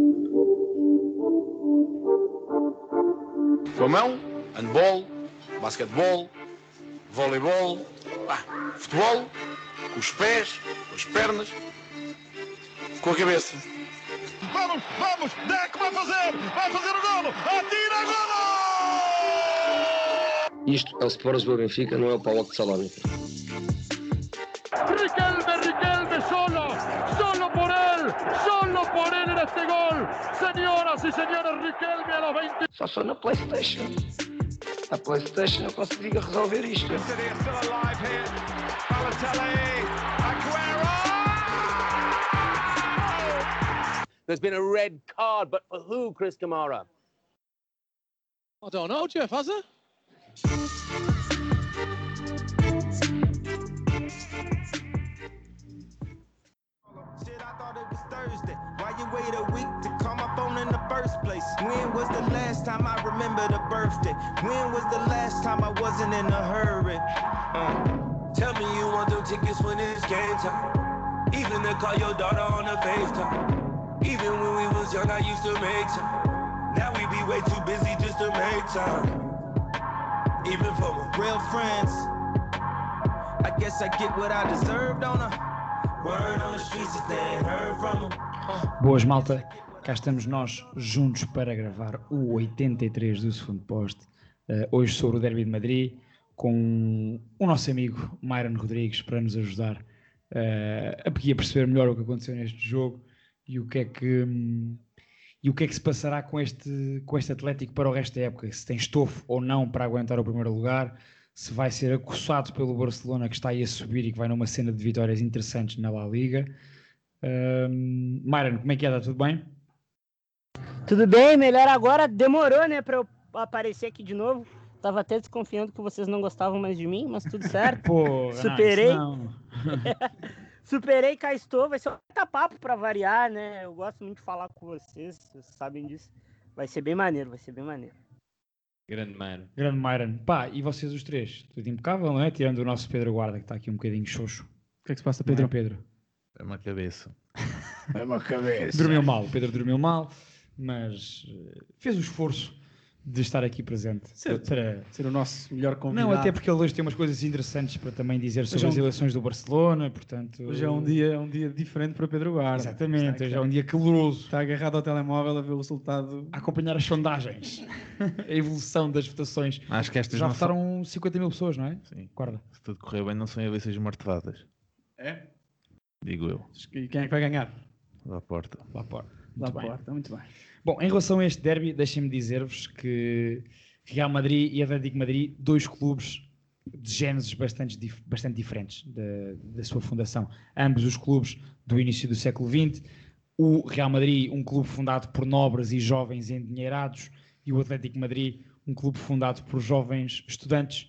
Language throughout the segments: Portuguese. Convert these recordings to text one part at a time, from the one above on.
Com a mão, handball, basquetebol, voleibol, futebol, com os pés, com as pernas, com a cabeça. Vamos, Deco vai fazer o golo, atira, golo! Isto é o Sport Lisboa Benfica, não é o Paulo de Salónica. Riquelme, solo por él era este gol. Señoras y señores, Riquelme a los 20. Só sou na PlayStation. A PlayStation eu consigo resolver isto. There's been a red card, but for who, Chris Kamara? I don't know, Jeff, has there? Shit, I thought it was Thursday. Why you wait a week to call my phone in the first place? When was the last time I remember the birthday? When was the last time I wasn't in a hurry? Tell me you want them tickets when it's game time. Even to call your daughter on the FaceTime. Even when we was young, I used to make time. Now we be way too busy just to make time. Even for my Real friends. I guess I get what I deserve, don't I? word on the streets if they ain't heard from them. Boas, malta, cá estamos nós juntos para gravar o 83 do Segundo Poste, hoje sobre o Derby de Madrid, com o nosso amigo Myron Rodrigues para nos ajudar a perceber melhor o que aconteceu neste jogo e o que é que se passará com este Atlético para o resto da época, se tem estofo ou não para aguentar o primeiro lugar, se vai ser acossado pelo Barcelona, que está aí a subir e que vai numa cena de vitórias interessantes na La Liga. Myron, como é que é? Está tudo bem? Tudo bem, melhor agora. Demorou, né, para eu aparecer aqui de novo. Tava até desconfiando que vocês não gostavam mais de mim, mas tudo certo. Pô, superei. Não. Superei, cá estou. Vai ser um papo para variar, né? Eu gosto muito de falar com vocês sabem disso. Vai ser bem maneiro, Grande Myron. Grande Myron. Pá, e vocês os três? Tudo impecável, não é? Tirando o nosso Pedro Guarda, que está aqui um bocadinho xoxo. O que é que se passa, Pedro? Não é, Pedro? É uma cabeça. É uma cabeça. Dormiu mal, o Pedro dormiu mal, mas fez o esforço de estar aqui presente. Ser o nosso melhor convidado. Não, até porque ele hoje tem umas coisas interessantes para também dizer sobre as eleições do Barcelona, portanto... Hoje é um dia diferente para Pedro Guarda. Exatamente, hoje é um dia caloroso. Está agarrado ao telemóvel a ver o resultado. A acompanhar as sondagens, a evolução das votações. Acho que estas já não votaram 50 mil pessoas, não é? Sim. Guarda. Se tudo correr bem, não são eleições martevadas. É? Digo eu. E quem é que vai ganhar? Lá à porta. Lá à porta. Muito bem. Bom, em relação a este derby, deixem-me dizer-vos que Real Madrid e Atlético de Madrid, dois clubes de géneros bastante diferentes da sua fundação. Ambos os clubes do início do século XX. O Real Madrid, um clube fundado por nobres e jovens endinheirados, e o Atlético de Madrid, um clube fundado por jovens estudantes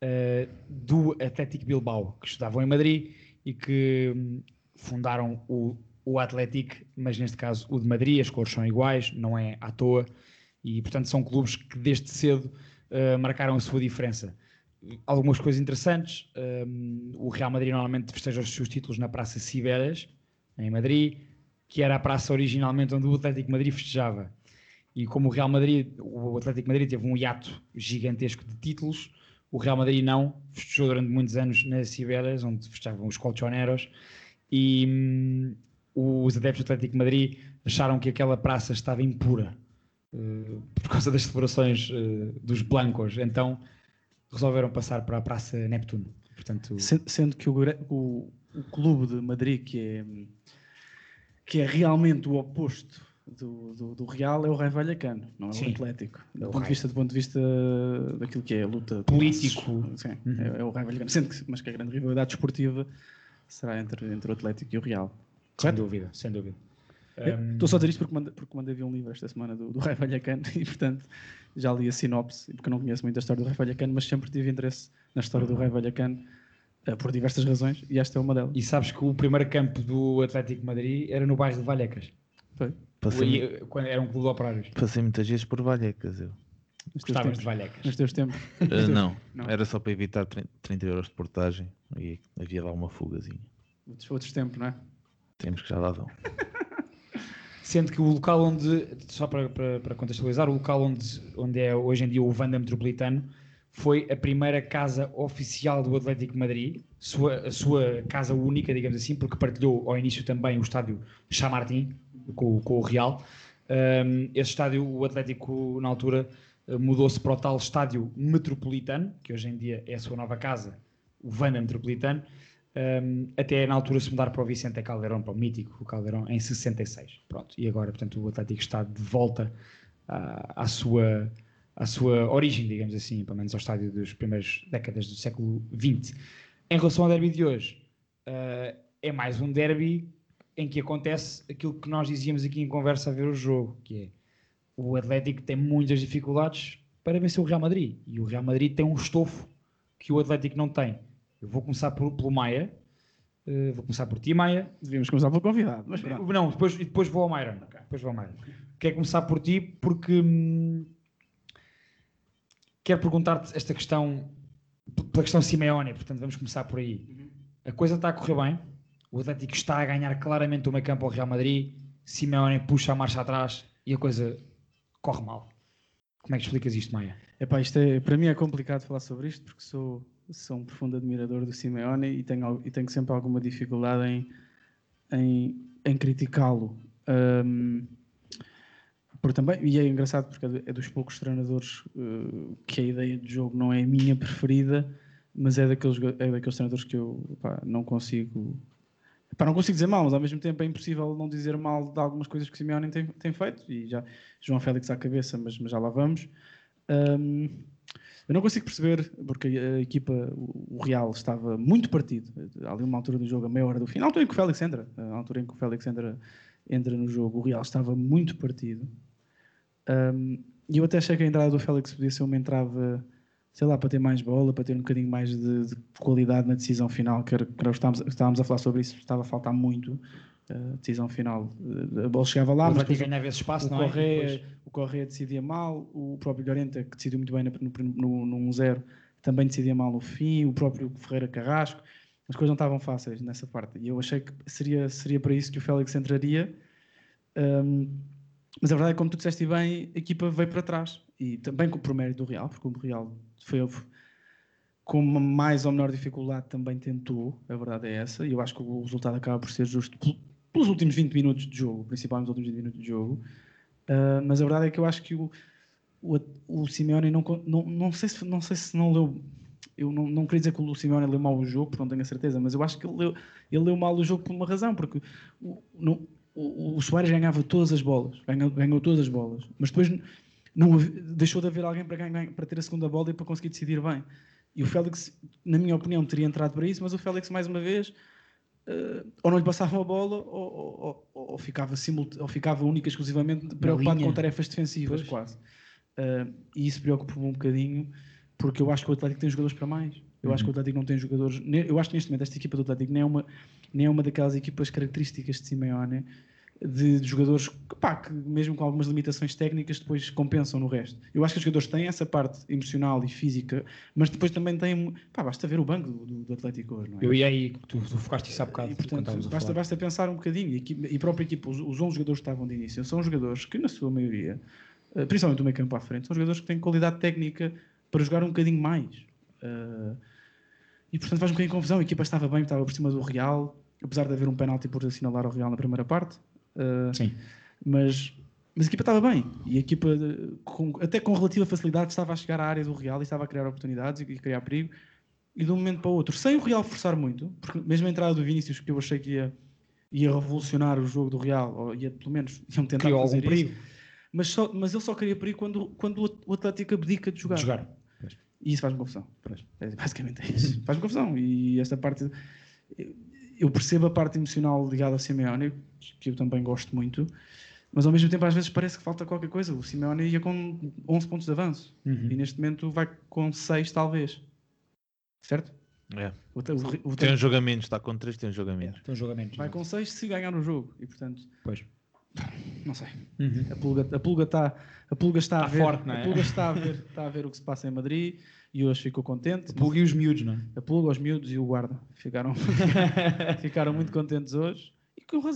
do Atlético Bilbao, que estudavam em Madrid e que fundaram o Atlético, mas neste caso o de Madrid. As cores são iguais, não é à toa, e portanto são clubes que desde cedo marcaram a sua diferença. Algumas coisas interessantes: o Real Madrid normalmente festeja os seus títulos na Praça Cibeles, em Madrid, que era a praça originalmente onde o Atlético de Madrid festejava. E como o Atlético de Madrid teve um hiato gigantesco de títulos, o Real Madrid não, festejou durante muitos anos na Cibeles, onde festejavam os colchoneros, e os adeptos do Atlético de Madrid acharam que aquela praça estava impura por causa das celebrações dos blancos, então resolveram passar para a Praça Neptuno. Portanto, sendo que o clube de Madrid, que é realmente o oposto do Real, é o Raio Vallecano, não é? Sim. O Atlético. Do ponto de vista daquilo que é a luta político. Sim, é o Raio Vallecano. Mas que a grande rivalidade esportiva será entre o Atlético e o Real. Sem dúvida. Estou só a dizer isto porque mandei ver um livro esta semana do Raio Vallecano e, portanto, já li a sinopse, porque eu não conheço muito a história do Raio Vallecano, mas sempre tive interesse na história do Raio Vallecano por diversas razões, e esta é uma delas. E sabes que o primeiro campo do Atlético de Madrid era no bairro de Vallecas. Foi? Quando era um clube de operários. Passei muitas vezes por Vallecas, eu. Gostavas de Vallecas? Nos teus tempos? Não, era só para evitar 30 euros de portagem e havia lá uma fugazinha. Outros tempos, não é? Temos que já lá dão. Sendo que o local onde, só para contextualizar, o local onde é hoje em dia o Wanda Metropolitano foi a primeira casa oficial do Atlético de Madrid, a sua casa única, digamos assim, porque partilhou ao início também o estádio Chamartín com o Real. Esse estádio, o Atlético, na altura, mudou-se para o tal estádio Metropolitano, que hoje em dia é a sua nova casa, o Wanda Metropolitano, até na altura se mudar para o Vicente Calderón, para o mítico o Calderón, em 66. Pronto. E agora, portanto, o Atlético está de volta à sua origem, digamos assim, pelo menos ao estádio das primeiras décadas do século XX. Em relação ao derby de hoje, é mais um derby em que acontece aquilo que nós dizíamos aqui em conversa a ver o jogo, que é o Atlético tem muitas dificuldades para vencer o Real Madrid, e o Real Madrid tem um estofo que o Atlético não tem. Eu vou começar pelo Maia, vou começar por ti, Maia. Devíamos começar pelo convidado, mas pronto. Não, depois vou ao Myron. Quero começar por ti porque quero perguntar-te esta questão, pela questão Simeone, portanto vamos começar por aí. A coisa está a correr bem, o Atlético está a ganhar claramente o meio campo ao Real Madrid, Simeone puxa a marcha atrás e a coisa corre mal. Como é que explicas isto, Maia? Epá, para mim é complicado falar sobre isto porque sou um profundo admirador do Simeone e tenho sempre alguma dificuldade em criticá-lo. E é engraçado porque é dos poucos treinadores que a ideia de jogo não é a minha preferida, mas é daqueles treinadores que eu não consigo dizer mal, mas ao mesmo tempo é impossível não dizer mal de algumas coisas que o Simeone tem feito, e já João Félix à cabeça, mas já lá vamos. Eu não consigo perceber, porque a equipa, o Real, estava muito partido. Há ali uma altura do jogo, a meia hora do fim, na altura em que o Félix entra no jogo, o Real estava muito partido. E eu até achei que a entrada do Félix podia ser uma entrada, sei lá, para ter mais bola, para ter um bocadinho mais de qualidade na decisão final, que estávamos a falar sobre isso, estava a faltar muito. Decisão final, a bola chegava lá, mas ganhava esse espaço, não é? O Correa decidia mal, o próprio Llorente, que decidiu muito bem no 1-0, também decidia mal no fim, o próprio Ferreira Carrasco, as coisas não estavam fáceis nessa parte, e eu achei que seria para isso que o Félix entraria, mas a verdade é que, como tu disseste bem, a equipa veio para trás, e também por mérito do Real, porque o Real foi com uma mais ou menor dificuldade também tentou, a verdade é essa, e eu acho que o resultado acaba por ser justo pelos últimos 20 minutos de jogo, principalmente os últimos 20 minutos de jogo, mas a verdade é que eu acho que o Simeone não sei se não leu, eu não queria dizer que o Simeone leu mal o jogo, porque não tenho a certeza, mas eu acho que ele leu mal o jogo por uma razão, porque o Suárez ganhava todas as bolas, ganhou todas as bolas, mas depois deixou de haver alguém para ter a segunda bola e para conseguir decidir bem. E o Félix, na minha opinião, teria entrado para isso, mas o Félix, mais uma vez, ou não lhe passava a bola, ou ficava única e exclusivamente preocupado com tarefas defensivas, quase. E isso preocupa-me um bocadinho, porque eu acho que o Atlético tem jogadores para mais. Eu acho que o Atlético não tem jogadores... Eu acho que neste momento esta equipa do Atlético nem é uma daquelas equipas características de Simeone, de jogadores que mesmo com algumas limitações técnicas depois compensam no resto. Eu acho que os jogadores têm essa parte emocional e física, mas depois também têm... basta ver o banco do Atlético hoje, não é? Eu ia aí, tu focaste isso há bocado. E, portanto, basta pensar um bocadinho. E a própria equipa, os 11 jogadores que estavam de início, são jogadores que, na sua maioria, principalmente o meio campo à frente, são jogadores que têm qualidade técnica para jogar um bocadinho mais. E, portanto, faz um bocadinho de confusão. A equipa estava bem, estava por cima do Real, apesar de haver um penalti por assinalar ao Real na primeira parte. Sim. Mas a equipa estava bem, e a equipa até com relativa facilidade estava a chegar à área do Real e estava a criar oportunidades e criar perigo, e de um momento para o outro, sem o Real forçar muito, porque mesmo a entrada do Vinícius, que eu achei que ia revolucionar o jogo do Real, ou pelo menos iam tentar fazer isso, perigo. Mas ele só queria perigo quando o Atlético abdica de jogar. E isso faz-me confusão. Basicamente é isso. Faz-me confusão, e esta parte... Eu percebo a parte emocional ligada ao Simeone, que eu também gosto muito, mas ao mesmo tempo às vezes parece que falta qualquer coisa. O Simeone ia com 11 pontos de avanço, e neste momento vai com 6 talvez. Certo? É. Tem um jogo a menos, está com 3, tem um jogo a menos. Vai com 6 se ganhar no jogo, e portanto... Pois. Não sei. A pulga está a ver, forte, não é? A pulga está a ver o que se passa em Madrid, e hoje ficou contente. A pulga e os miúdos, não é? A pulga, os miúdos e o guarda ficaram muito contentes hoje, e com razão,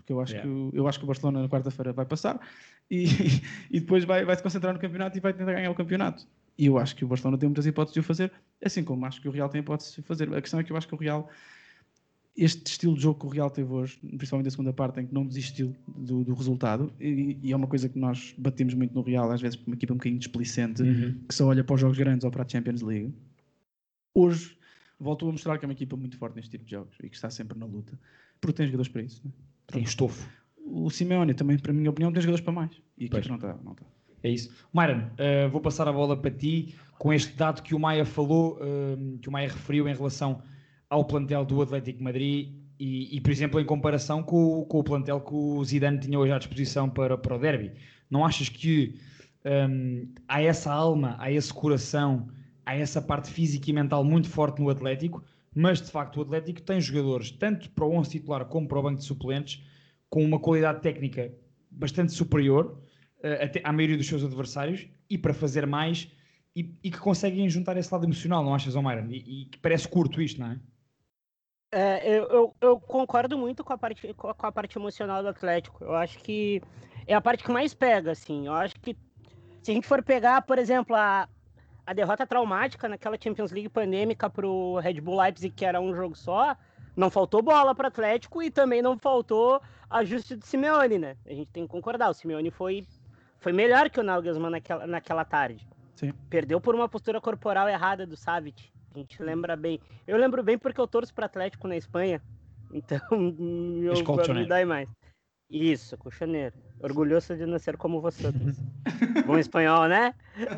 porque eu acho que o Barcelona na quarta-feira vai passar e depois vai se concentrar no campeonato e vai tentar ganhar o campeonato. E eu acho que o Barcelona tem muitas hipóteses de o fazer, assim como acho que o Real tem hipóteses de o fazer. A questão é que eu acho que o Real, este estilo de jogo que o Real teve hoje, principalmente na segunda parte, em que não desistiu do resultado, e é uma coisa que nós batemos muito no Real, às vezes por uma equipa um bocadinho displicente, que só olha para os jogos grandes ou para a Champions League. Hoje voltou a mostrar que é uma equipa muito forte neste tipo de jogos e que está sempre na luta, porque tem jogadores para isso. Né? Tem estofo. O Simeone também, para a minha opinião, tem jogadores para mais. E a equipa não está. É isso. Myron, vou passar a bola para ti com este dado que o Maia falou, que o Maia referiu em relação ao plantel do Atlético de Madrid e, por exemplo, em comparação com o plantel que o Zidane tinha hoje à disposição para o derby. Não achas que há essa alma, há esse coração, há essa parte física e mental muito forte no Atlético, mas de facto o Atlético tem jogadores, tanto para o 11 titular como para o banco de suplentes, com uma qualidade técnica bastante superior até à maioria dos seus adversários e para fazer mais e que conseguem juntar esse lado emocional, não achas, Myron? E que parece curto isto, não é? Eu concordo muito com a parte emocional do Atlético. Eu acho que é a parte que mais pega, assim. Eu acho que se a gente for pegar, por exemplo, a derrota traumática naquela Champions League pandêmica para o Red Bull Leipzig, que era um jogo só, não faltou bola para o Atlético e também não faltou ajuste do Simeone, né? A gente tem que concordar, o Simeone foi melhor que o Nagelsmann naquela tarde. Sim. Perdeu por uma postura corporal errada do Savic. A gente lembra bem. Eu lembro bem porque eu torço para o Atlético na Espanha, então me dói mais. Isso, colchoneiro. Orgulhoso de nascer como você. Bom espanhol, né?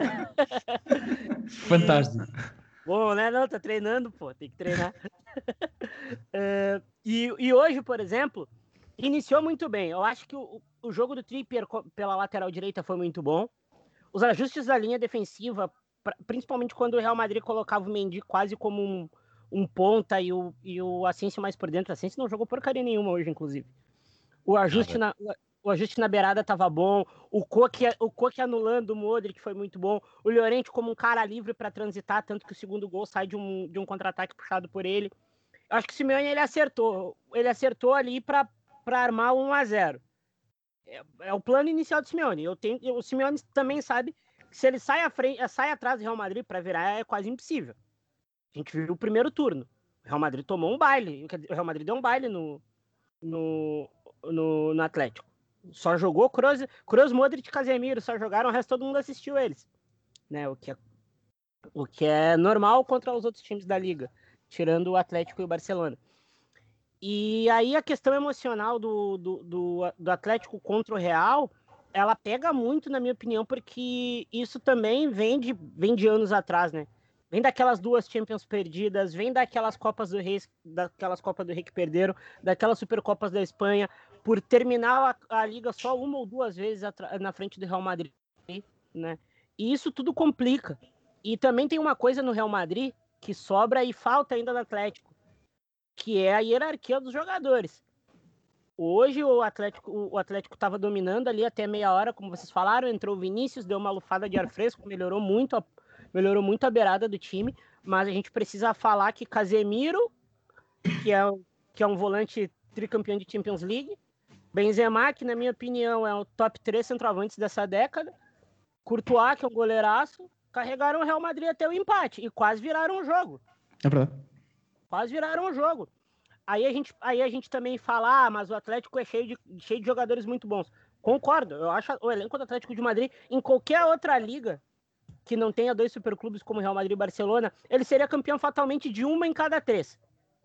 Fantástico. Bom, né? Não, tá treinando, pô. Tem que treinar. E hoje, por exemplo, iniciou muito bem. Eu acho que o jogo do Trippier pela lateral direita foi muito bom. Os ajustes da linha defensiva, principalmente quando o Real Madrid colocava o Mendy quase como um ponta e o Asensio mais por dentro. O Asensio não jogou porcaria nenhuma hoje, inclusive. O ajuste na beirada estava bom. O Koke anulando o Modric foi muito bom. O Llorente como um cara livre para transitar, tanto que o segundo gol sai de um contra-ataque puxado por ele. Eu acho que o Simeone ele acertou ali para armar 1-0. É o plano inicial do Simeone. O Simeone também sabe que se ele sai atrás do Real Madrid para virar é quase impossível. A gente viu o primeiro turno. O Real Madrid tomou um baile. O Real Madrid deu um baile no Atlético. Só jogou Kroos, Modric e Casemiro. Só jogaram, o resto todo mundo assistiu eles. Né? O que é normal contra os outros times da Liga, tirando o Atlético e o Barcelona. E aí a questão emocional do Atlético contra o Real, ela pega muito, na minha opinião, porque isso também vem de anos atrás, né? Vem daquelas 2 Champions perdidas, vem daquelas Copas do Rei que perderam, daquelas Supercopas da Espanha, por terminar a Liga só 1 ou 2 vezes na frente do Real Madrid, né? E isso tudo complica. E também tem uma coisa no Real Madrid que sobra e falta ainda no Atlético, que é a hierarquia dos jogadores. Hoje o Atlético estava dominando ali até meia hora, como vocês falaram, entrou o Vinícius, deu uma lufada de ar fresco, melhorou muito a beirada do time, mas a gente precisa falar que Casemiro, que é um volante tricampeão de Champions League, Benzema, que na minha opinião é o top 3 centroavantes dessa década, Courtois, que é um goleiraço, carregaram o Real Madrid até o empate e quase viraram o jogo. É verdade. Quase viraram o jogo. Aí a gente também fala, mas o Atlético é cheio de jogadores muito bons. Concordo, eu acho o elenco do Atlético de Madrid, em qualquer outra liga que não tenha 2 superclubes como Real Madrid e Barcelona, ele seria campeão fatalmente de 1 em cada 3.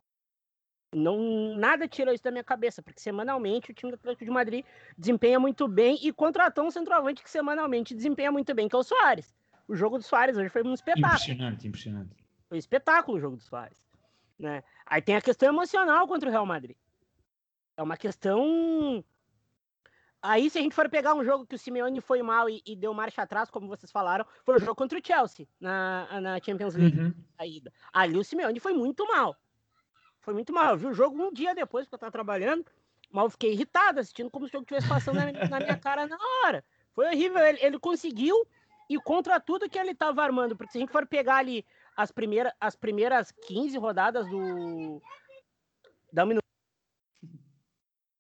Nada tira isso da minha cabeça, porque semanalmente o time do Atlético de Madrid desempenha muito bem e contratou um centroavante que semanalmente desempenha muito bem, que é o Suárez. O jogo do Suárez hoje foi um espetáculo. Impressionante. Foi um espetáculo o jogo do Suárez. Né? Aí tem a questão emocional contra o Real Madrid. É uma questão... Aí, se a gente for pegar um jogo que o Simeone foi mal e deu marcha atrás, como vocês falaram, foi o jogo contra o Chelsea, na Champions League. Ali o Simeone foi muito mal. Foi muito mal. Eu vi o jogo um dia depois, porque eu estava trabalhando, mas eu fiquei irritado, assistindo como se o jogo estivesse passando na minha cara na hora. Foi horrível. Ele conseguiu, e contra tudo que ele estava armando, porque se a gente for pegar ali as primeiras 15 rodadas Dá um minuto.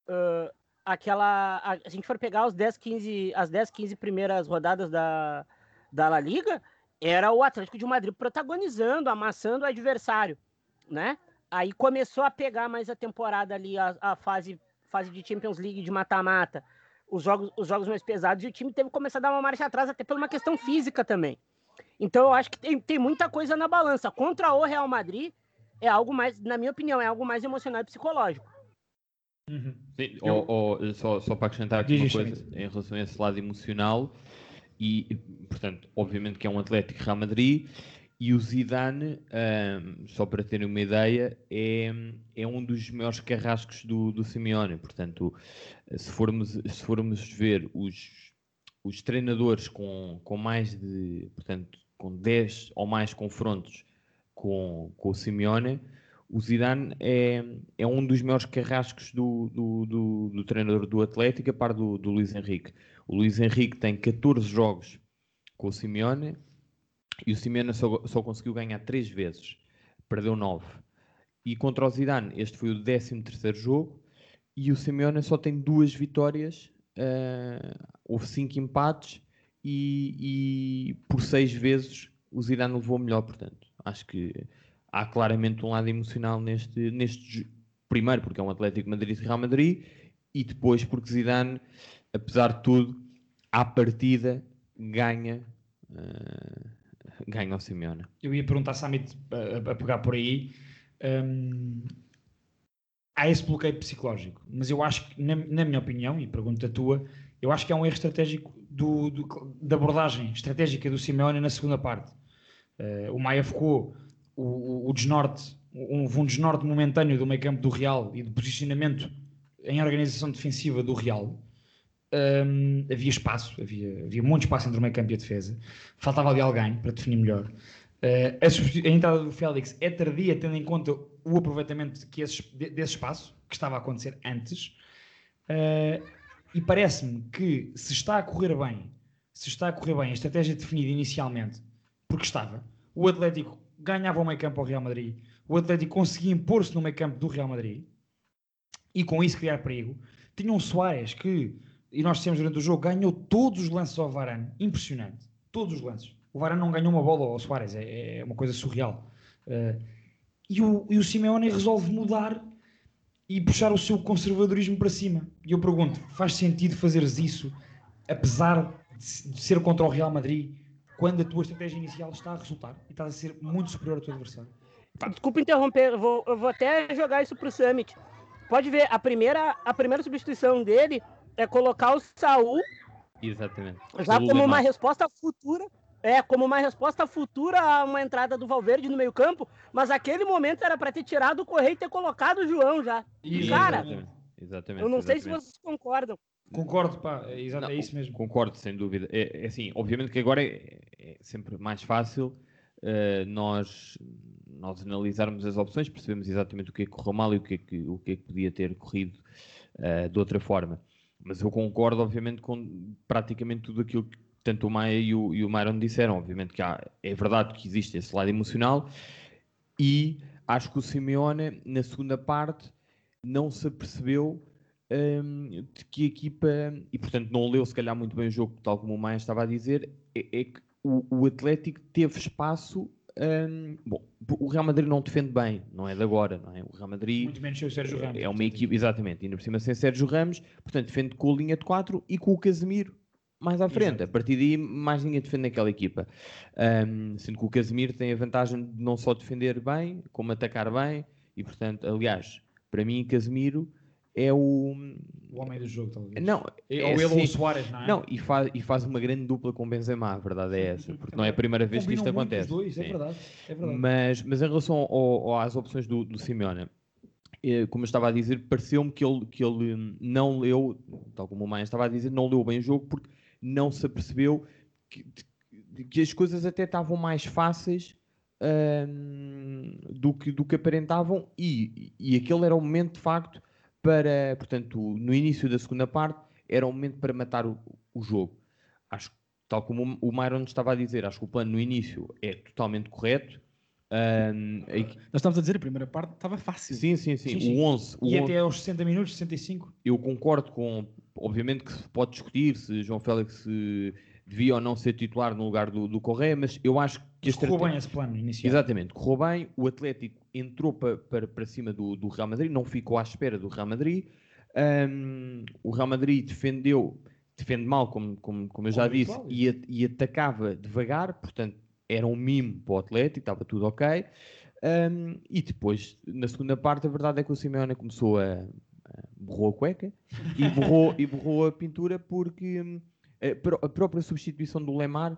a gente for pegar as 10, 15 primeiras rodadas da La Liga, era o Atlético de Madrid protagonizando, amassando o adversário, né? Aí começou a pegar mais a temporada ali, a fase de Champions League, de mata-mata, os jogos mais pesados, e o time teve que começar a dar uma marcha atrás, até por uma questão física também. Então eu acho que tem muita coisa na balança. Contra o Real Madrid, é algo mais, na minha opinião, é algo mais emocional e psicológico. Sim, só para acrescentar aqui uma coisa em relação a esse lado emocional, e portanto, obviamente que é um Atlético Real Madrid, e o Zidane, só para terem uma ideia, é um dos maiores carrascos do Simeone. Portanto, se formos ver os treinadores com mais de, portanto, com 10 ou mais confrontos com o Simeone, o Zidane é um dos maiores carrascos do treinador do Atlético, a par do Luís Henrique. O Luís Henrique tem 14 jogos com o Simeone e o Simeone só conseguiu ganhar 3 vezes, perdeu 9. E contra o Zidane, este foi o 13º jogo e o Simeone só tem 2 vitórias, houve 5 empates e por 6 vezes o Zidane levou melhor. Portanto, acho que há claramente um lado emocional neste primeiro, porque é um Atlético Madrid-Real Madrid, e depois porque Zidane, apesar de tudo, à partida ganha o Simeone. Eu ia perguntar, Samit, a pegar por aí, há esse bloqueio psicológico, mas eu acho que, na minha opinião, e pergunto a tua, eu acho que é um erro estratégico da abordagem estratégica do Simeone na segunda parte. O Maia ficou o desnorte, um desnorte momentâneo do meio campo do Real e do posicionamento em organização defensiva do Real. Havia espaço, havia muito espaço entre o meio campo e a defesa, faltava ali alguém para definir melhor. A entrada do Félix é tardia, tendo em conta o aproveitamento desse espaço que estava a acontecer antes, e parece-me que se está a correr bem a estratégia definida inicialmente, porque estava, o Atlético ganhava o meio campo ao Real Madrid, o Atlético conseguia impor-se no meio campo do Real Madrid e com isso criar perigo. Tinha um Suárez que, e nós dissemos durante o jogo, ganhou todos os lances ao Varane, impressionante, todos os lances. O Varane não ganhou uma bola ao Suárez, é uma coisa surreal. E o Simeone resolve mudar e puxar o seu conservadorismo para cima. E eu pergunto, faz sentido fazeres isso, apesar de ser contra o Real Madrid, quando a tua estratégia inicial está a resultar e estás a ser muito superior ao teu adversário? Desculpa interromper, eu vou até jogar isso pro Summit. Pode ver, a primeira substituição dele é colocar o Saúl, exatamente, já como uma resposta futura, a uma entrada do Valverde no meio-campo, mas aquele momento era para ter tirado o Correia e ter colocado o João já. E, cara, exatamente, eu não sei se vocês concordam. Concordo, pá, é isso mesmo. Concordo, sem dúvida. É assim, obviamente que agora é sempre mais fácil nós analisarmos as opções, percebemos exatamente o que é que correu mal e o que é que podia ter corrido de outra forma. Mas eu concordo, obviamente, com praticamente tudo aquilo que tanto o Maia e o Myron disseram. Obviamente que é verdade que existe esse lado emocional e acho que o Simeone, na segunda parte, não se apercebeu de que a equipa, e portanto não leu se calhar muito bem o jogo, tal como o Maia estava a dizer, é que o Atlético teve espaço. Bom, o Real Madrid não defende bem, não é de agora, não é? O Real Madrid muito menos sem o Sérgio Ramos, é uma equipa, exatamente, ainda por cima sem Sérgio Ramos, portanto defende com a linha de 4 e com o Casemiro mais à frente. Exato. A partir daí mais ninguém defende naquela equipa, sendo que o Casemiro tem a vantagem de não só defender bem, como atacar bem, e portanto, aliás, para mim Casemiro é o homem do jogo, talvez. Não, ou ele ou o Suárez, não é? Não, e faz uma grande dupla com o Benzema, a verdade é essa, porque não é a primeira vez que isto acontece. Dois, é verdade. Mas em relação às opções do Simeone, como eu estava a dizer, pareceu-me que ele não leu, tal como o Maia estava a dizer, não leu bem o jogo, porque não se apercebeu que as coisas até estavam mais fáceis do que aparentavam, e aquele era o momento, de facto, portanto, no início da segunda parte, era o momento para matar o jogo. Acho que, tal como o Myron estava a dizer, acho que o plano no início é totalmente correto, Nós estávamos a dizer, a primeira parte estava fácil. Sim. O 11. E até aos 60 minutos, 65. Eu concordo com... Obviamente que se pode discutir se João Félix devia ou não ser titular no lugar do Correia, mas eu acho que... Correu bem esse plano inicial. Exatamente, correu bem. O Atlético entrou para cima do Real Madrid, não ficou à espera do Real Madrid. O Real Madrid defende mal, como eu já disse, e atacava devagar, portanto era um mimo para o Atlético, estava tudo ok. E depois, na segunda parte, a verdade é que o Simeone começou borrou a cueca e borrou a pintura, porque a própria substituição do Lemar...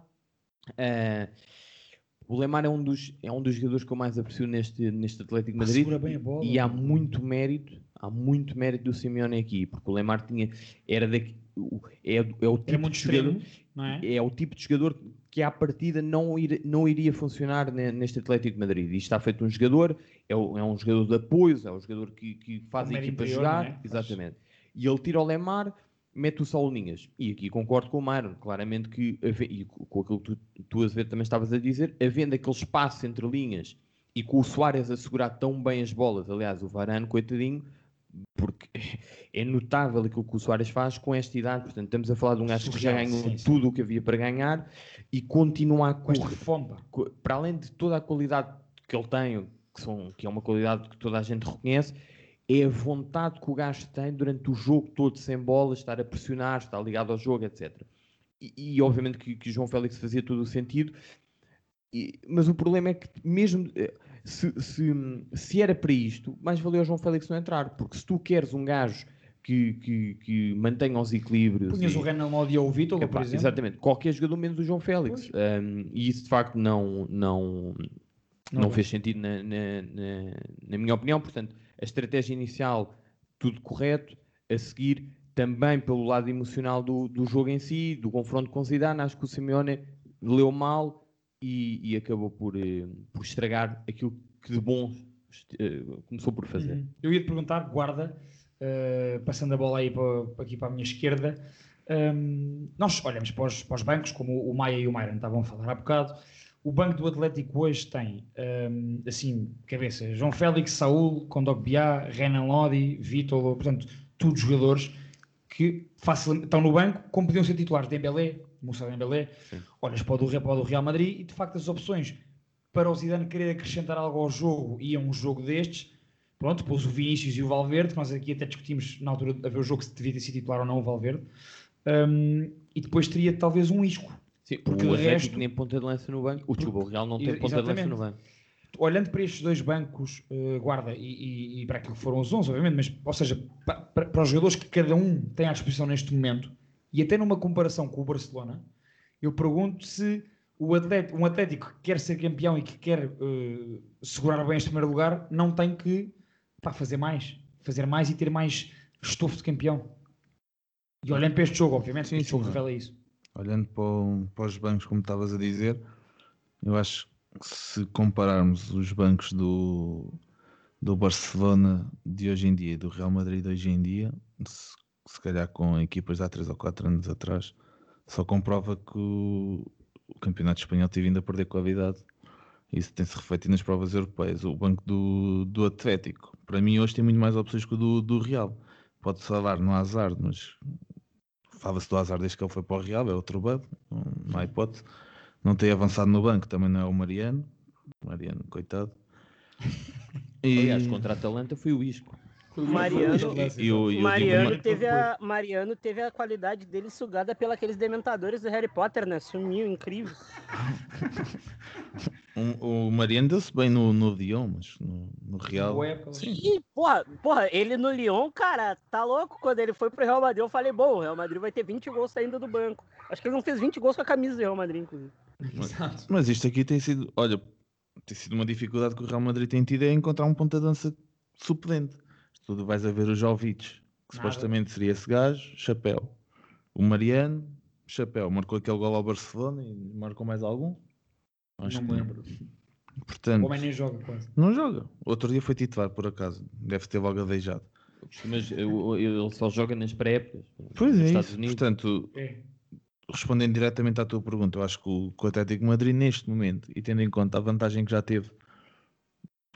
o Lemar é um dos jogadores que eu mais aprecio neste Atlético de Madrid, segura bem a bola, e há muito mérito do Simeone aqui, porque o Lemar é o tipo de jogador, não é? É o tipo de jogador que à partida não iria funcionar neste Atlético de Madrid. E está feito um jogador, é um jogador de apoio, é um jogador que faz a equipa jogar, é? Exatamente. E ele tira o Lemar, mete o Saúl Ninhas. E aqui concordo com o Mário, claramente que, e com aquilo que tu Azevedo também estavas a dizer, havendo aquele espaço entre linhas e com o Suárez a segurar tão bem as bolas, aliás, o Varane, coitadinho, porque é notável aquilo que o Suárez faz com esta idade. Portanto, estamos a falar de um gajo que já ganhou tudo o que havia para ganhar e continua a correr. Para além de toda a qualidade que ele tem, que é uma qualidade que toda a gente reconhece, é a vontade que o gajo tem durante o jogo todo sem bola, estar a pressionar, estar ligado ao jogo, etc. E obviamente que João Félix fazia todo o sentido, mas o problema é que mesmo... Se era para isto, mais valeu o João Félix não entrar, porque se tu queres um gajo que mantenha os equilíbrios... Punhas o Renan Lodi ou o Vítor, por exemplo. Exatamente, qualquer jogador menos o João Félix. E isso de facto não fez sentido na minha opinião. Portanto, a estratégia inicial, tudo correto. A seguir, também pelo lado emocional do jogo em si, do confronto com Zidane, acho que o Simeone leu mal e acabou por estragar aquilo que de bom começou por fazer. Eu ia te perguntar, guarda, passando a bola aí aqui para a minha esquerda, nós olhamos para os bancos, como o Maia e o Myron estavam a falar há bocado. O banco do Atlético hoje tem, assim, cabeça, João Félix, Saúl, Kondogbia, Renan Lodi, Vítor, portanto, todos jogadores que estão no banco, como podiam ser titulares. Dembélé, Moussa Dembélé, olhas para o Real Madrid e, de facto, as opções para o Zidane querer acrescentar algo ao jogo e a um jogo destes, pronto, depois o Vinícius e o Valverde, que nós aqui até discutimos na altura a ver o jogo se devia ter sido titular ou não o Valverde, e depois teria talvez um Isco. Sim, porque o Atlético nem ponta de lança no banco. O Real não tem ponta de lança no banco. Olhando para estes dois bancos, guarda, e para aquilo que foram os 11, obviamente, mas, ou seja, para os jogadores que cada um tem à disposição neste momento, e até numa comparação com o Barcelona, eu pergunto se um Atlético que quer ser campeão e que quer segurar bem este primeiro lugar, não tem que fazer mais e ter mais estofo de campeão. E olhando para este jogo, obviamente, este jogo revela isso. Olhando para os bancos, como estavas a dizer, eu acho que se compararmos os bancos do Barcelona de hoje em dia e do Real Madrid de hoje em dia, se calhar com equipas de há 3 ou 4 anos atrás, só comprova que o campeonato espanhol tem vindo a perder qualidade. Isso tem-se refletido nas provas europeias. O banco do Atlético, para mim, hoje tem muito mais opções que o do Real. Pode-se falar no Hazard, mas fala-se do Hazard desde que ele foi para o Real, é outro bub, não há hipótese. Não tem avançado no banco, também não é o Mariano, coitado. Aliás, contra a Atalanta foi o Isco. Mariano teve a qualidade dele sugada pelos aqueles dementadores do Harry Potter, né? Sumiu, incrível. O Mariano deu-se bem no Lyon, mas no Real... Sim. E, porra, ele no Lyon, cara, tá louco? Quando ele foi pro Real Madrid, eu falei, bom, o Real Madrid vai ter 20 gols saindo do banco. Acho que ele não fez 20 gols com a camisa do Real Madrid, inclusive. Mas isto aqui tem sido uma dificuldade que o Real Madrid tem tido, é encontrar um ponta de lança suplente. Tudo vais a ver o Jovic, que supostamente seria esse gajo, chapéu. O Mariano, chapéu. Marcou aquele gol ao Barcelona e marcou mais algum? Acho não me lembro. Portanto, o homem nem joga quase. Não joga. Outro dia foi titular, por acaso. Deve ter logo adeijado. Mas ele só joga nas pré-épocas. Pois é, Estados Unidos. Portanto, respondendo diretamente à tua pergunta, eu acho que o Atlético de Madrid, neste momento, e tendo em conta a vantagem que já teve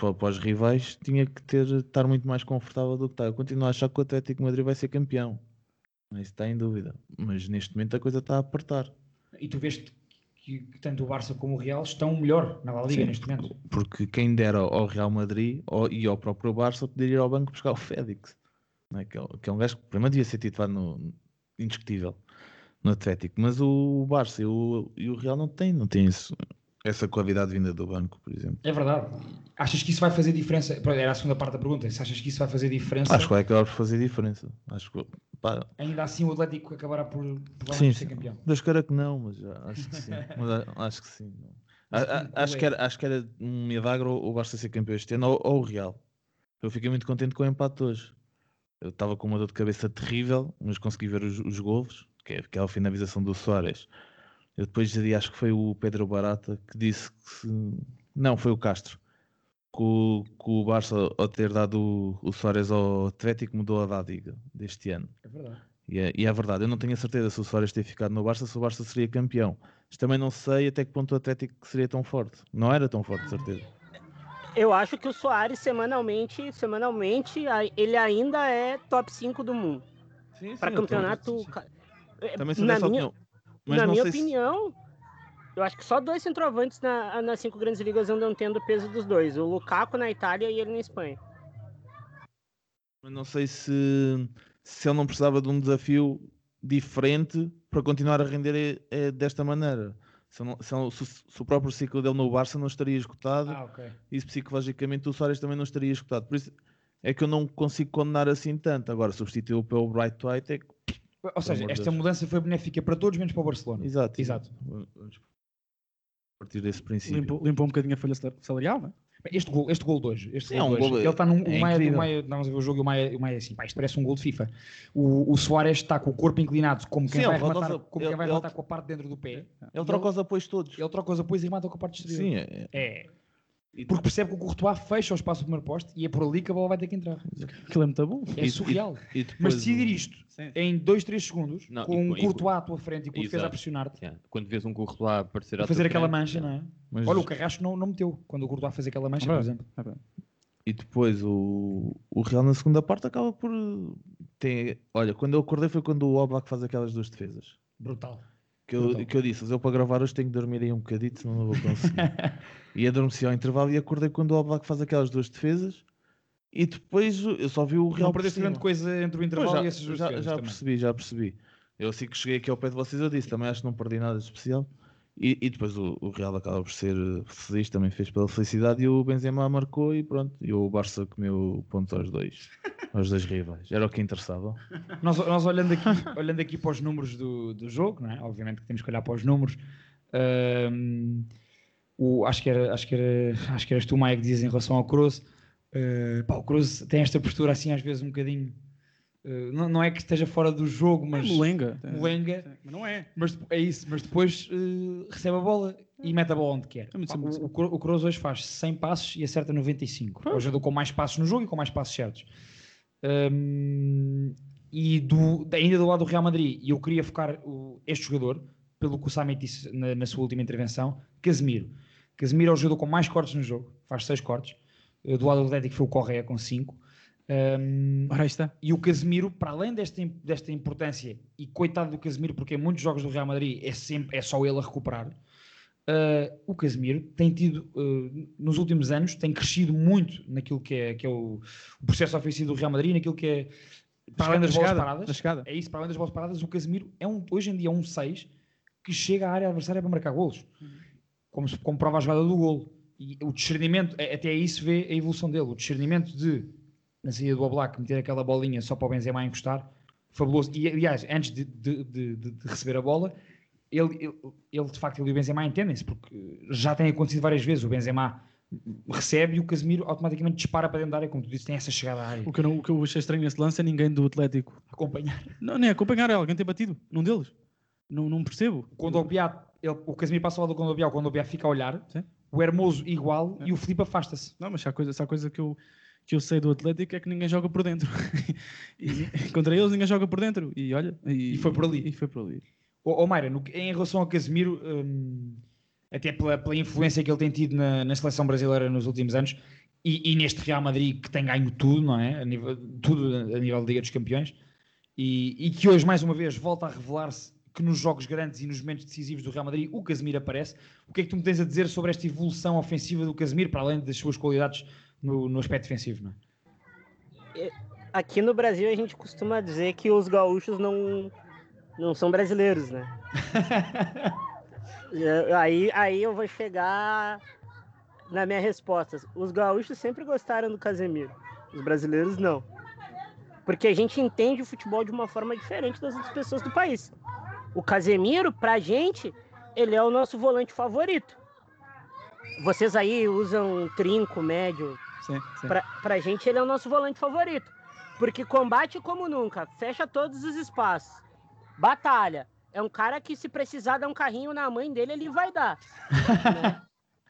para os rivais, tinha que estar muito mais confortável do que está. Eu continuo a achar que o Atlético de Madrid vai ser campeão. Isso está em dúvida. Mas neste momento a coisa está a apertar. E tu vês que tanto o Barça como o Real estão melhor na La Liga neste momento. Porque quem dera ao Real Madrid e ao próprio Barça poder ir ao banco buscar o Félix. Não é? Que é um gajo que primeiro devia ser titular indiscutível no Atlético. Mas o Barça e o Real não têm isso. Essa qualidade vinda do banco, por exemplo. É verdade. Achas que isso vai fazer diferença? Era a segunda parte da pergunta. Se achas que isso vai fazer diferença? Acho que vai acabar por fazer diferença. Acho que, ainda assim o Atlético acabará por ser campeão. Deus queira que não, mas acho que sim. Acho que sim. Acho que era um milagre o Barça ser campeão este ano ou o Real. Eu fiquei muito contente com o empate hoje. Eu estava com uma dor de cabeça terrível, mas consegui ver os golos, que é aquela finalização do Suárez. Eu depois dizia, acho que foi o Pedro Barata que disse que não, foi o Castro, que o Barça, ao ter dado o Suárez ao Atlético, mudou a dádiga deste ano. É verdade. E é verdade. Eu não tenho a certeza se o Suárez ter ficado no Barça, se o Barça seria campeão. Mas também não sei até que ponto o Atlético seria tão forte. Não era tão forte, de certeza. Eu acho que o Suárez, semanalmente, ele ainda é top 5 do mundo. Para campeonato... Também sou dessa opinião. Na minha opinião, eu acho que só 2 centroavantes nas 5 grandes ligas andam tendo o peso dos dois. O Lukaku na Itália e ele na Espanha. Mas não sei se ele não precisava de um desafio diferente para continuar a render desta maneira. Se o próprio ciclo dele no Barça não estaria esgotado, e psicologicamente o Suárez também não estaria esgotado. Por isso é que eu não consigo condenar assim tanto. Agora, substituí-o pelo Bright White é que... Ou seja, esta mudança foi benéfica para todos, menos para o Barcelona. Exato. Vamos partir desse princípio. Limpou um bocadinho a folha salarial, não é? Este gol de hoje. Um gol, ele está num Maia, vamos ver o jogo e o Maia assim, isto parece um gol de FIFA. O Suárez está com o corpo inclinado, como quem vai rematar com a parte dentro do pé. Ele troca os apoios todos. Ele troca os apoios e remata com a parte exterior. Sim, Porque percebe que o Courtois fecha o espaço do primeiro poste e é por ali que a bola vai ter que entrar. Aquilo é muito bom. É surreal. Mas decidir isto em 2-3 segundos, com um Courtois à tua frente e com o defesa a pressionar-te. Quando vês um Courtois aparecer fazer aquela mancha, não é? Olha, o Carrasco não meteu quando o Courtois fez aquela mancha, por exemplo. E depois o Real na segunda parte acaba por olha, quando eu acordei foi quando o Oblak faz aquelas 2 defesas. Brutal. Que eu disse, eu para gravar hoje tenho que dormir aí um bocadinho, senão não vou conseguir. E adormeci ao intervalo e acordei quando o Oblak faz aquelas 2 defesas. E depois eu só vi o Real. Não perdeste grande coisa entre o intervalo e essas 2 defesas. Já percebi. Eu assim que cheguei aqui ao pé de vocês eu disse, também acho que não perdi nada de especial. E depois o Real acaba por ser feliz, também fez pela felicidade, e o Benzema marcou e pronto. E o Barça comeu pontos aos dois rivais. Era o que interessava. Nós olhando aqui para os números do jogo, não é? Obviamente que temos que olhar para os números. Acho que eras tu, Maia, que dizias em relação ao Kroos. O Kroos tem esta postura assim às vezes um bocadinho... não é que esteja fora do jogo, mas... Molenga. Mas não é. Mas é isso. Mas depois recebe a bola e mete a bola onde quer. O Kroos hoje faz 100 passos e acerta 95. Hoje andou com mais passos no jogo e com mais passos certos. Ainda do lado do Real Madrid, e eu queria focar este jogador, pelo que o Sami disse na sua última intervenção, Casemiro. Casemiro é o jogador com mais cortes no jogo, faz 6 cortes. Do lado do Atlético foi o Correa com 5. Ora, está. E o Casemiro, para além desta importância, e coitado do Casemiro, porque em muitos jogos do Real Madrid é só ele a recuperar, o Casemiro tem tido, nos últimos anos, tem crescido muito naquilo que é o processo ofensivo do Real Madrid, naquilo que é, para além das bolas paradas, é isso, para além das bolas paradas, o Casemiro hoje em dia é um 6 que chega à área adversária para marcar golos, como prova a jogada do golo. E o discernimento, até aí se vê a evolução dele, o discernimento de, na saída do Oblak, meter aquela bolinha só para o Benzema encostar, fabuloso. E aliás, antes de receber a bola, ele de facto, ele e o Benzema entendem-se, porque já tem acontecido várias vezes. O Benzema recebe e o Casemiro automaticamente dispara para dentro da área, como tu disse, tem essa chegada à área. O que eu achei estranho nesse lance é ninguém do Atlético acompanhar. Não é acompanhar, é alguém ter batido, num deles. Não percebo. Quando o Casemiro passa ao lado do Kondogbia, quando o Kondogbia fica a olhar, sim, o Hermoso igual e o Filipe afasta-se. Não, mas se há coisa que eu sei do Atlético é que ninguém joga por dentro. E contra eles ninguém joga por dentro. E olha, e foi por ali. Mayra, em relação ao Casemiro, até pela influência que ele tem tido na seleção brasileira nos últimos anos, E neste Real Madrid que tem ganho tudo, não é? Tudo a nível da Liga dos Campeões, e que hoje mais uma vez volta a revelar-se que nos jogos grandes e nos momentos decisivos do Real Madrid o Casemiro aparece. O que é que tu me tens a dizer sobre esta evolução ofensiva do Casemiro, para além das suas qualidades no aspecto defensivo, não é? Aqui no Brasil a gente costuma dizer que os gaúchos não são brasileiros, né? aí eu vou chegar na minha resposta. Os gaúchos sempre gostaram do Casemiro, os brasileiros não. Porque a gente entende o futebol de uma forma diferente das outras pessoas do país. O Casemiro, pra gente, ele é o nosso volante favorito. Vocês aí usam trinco, médio. Sim. Pra gente, ele é o nosso volante favorito. Porque combate como nunca, fecha todos os espaços, batalha. É um cara que, se precisar dar um carrinho na mãe dele, ele vai dar. Né?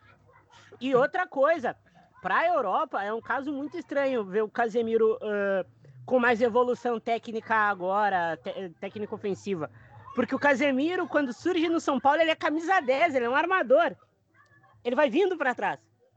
E outra coisa, pra Europa, é um caso muito estranho ver o Casemiro com mais evolução técnica agora, técnica ofensiva. Porque o Casemiro, quando surge no São Paulo, ele é camisa 10, ele é um armador. Ele vai vindo para trás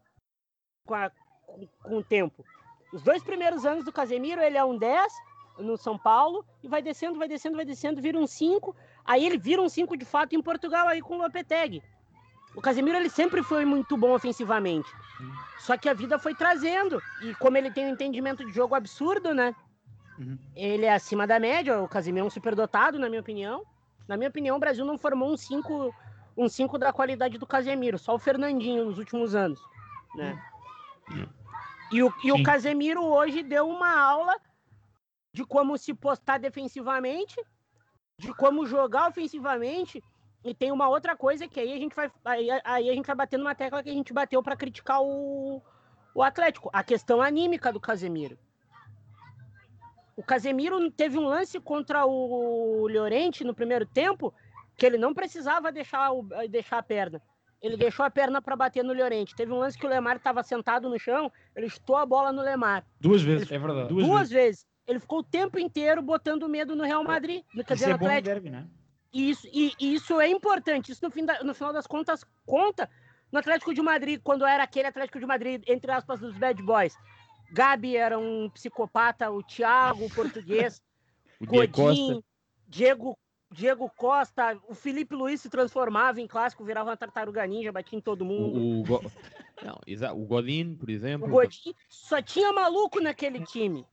com o tempo. Os 2 primeiros anos do Casemiro, ele é um 10 no São Paulo e vai descendo, vira um 5. Aí ele vira um 5 de fato em Portugal aí com o Lopetegui. O Casemiro, ele sempre foi muito bom ofensivamente. Só que a vida foi trazendo. E como ele tem um entendimento de jogo absurdo, né? Ele é acima da média. O Casemiro é um superdotado, na minha opinião. Na minha opinião, o Brasil não formou um 5 da qualidade do Casemiro. Só o Fernandinho nos últimos anos, né? E o Casemiro hoje deu uma aula de como se postar defensivamente, de como jogar ofensivamente. E tem uma outra coisa que aí a gente vai bater numa tecla que a gente bateu para criticar o Atlético, a questão anímica do Casemiro. O Casemiro teve um lance contra o Llorente no primeiro tempo que ele não precisava deixar a perna. Ele deixou a perna para bater no Llorente. Teve um lance que o Lemar estava sentado no chão, ele chutou a bola no Lemar. 2 vezes, é verdade. Duas vezes. Ele ficou o tempo inteiro botando medo no Real Madrid, quer dizer, no Atlético. Derby, né? E isso é importante. Isso, no final das contas, conta no Atlético de Madrid, quando era aquele Atlético de Madrid, entre aspas, dos bad boys. Gabi era um psicopata, o Thiago, o português, O Godin, Diego Costa, o Felipe Luiz se transformava em clássico, virava uma tartaruga ninja, batia em todo mundo. O Godin, por exemplo. O Godin só tinha maluco naquele time.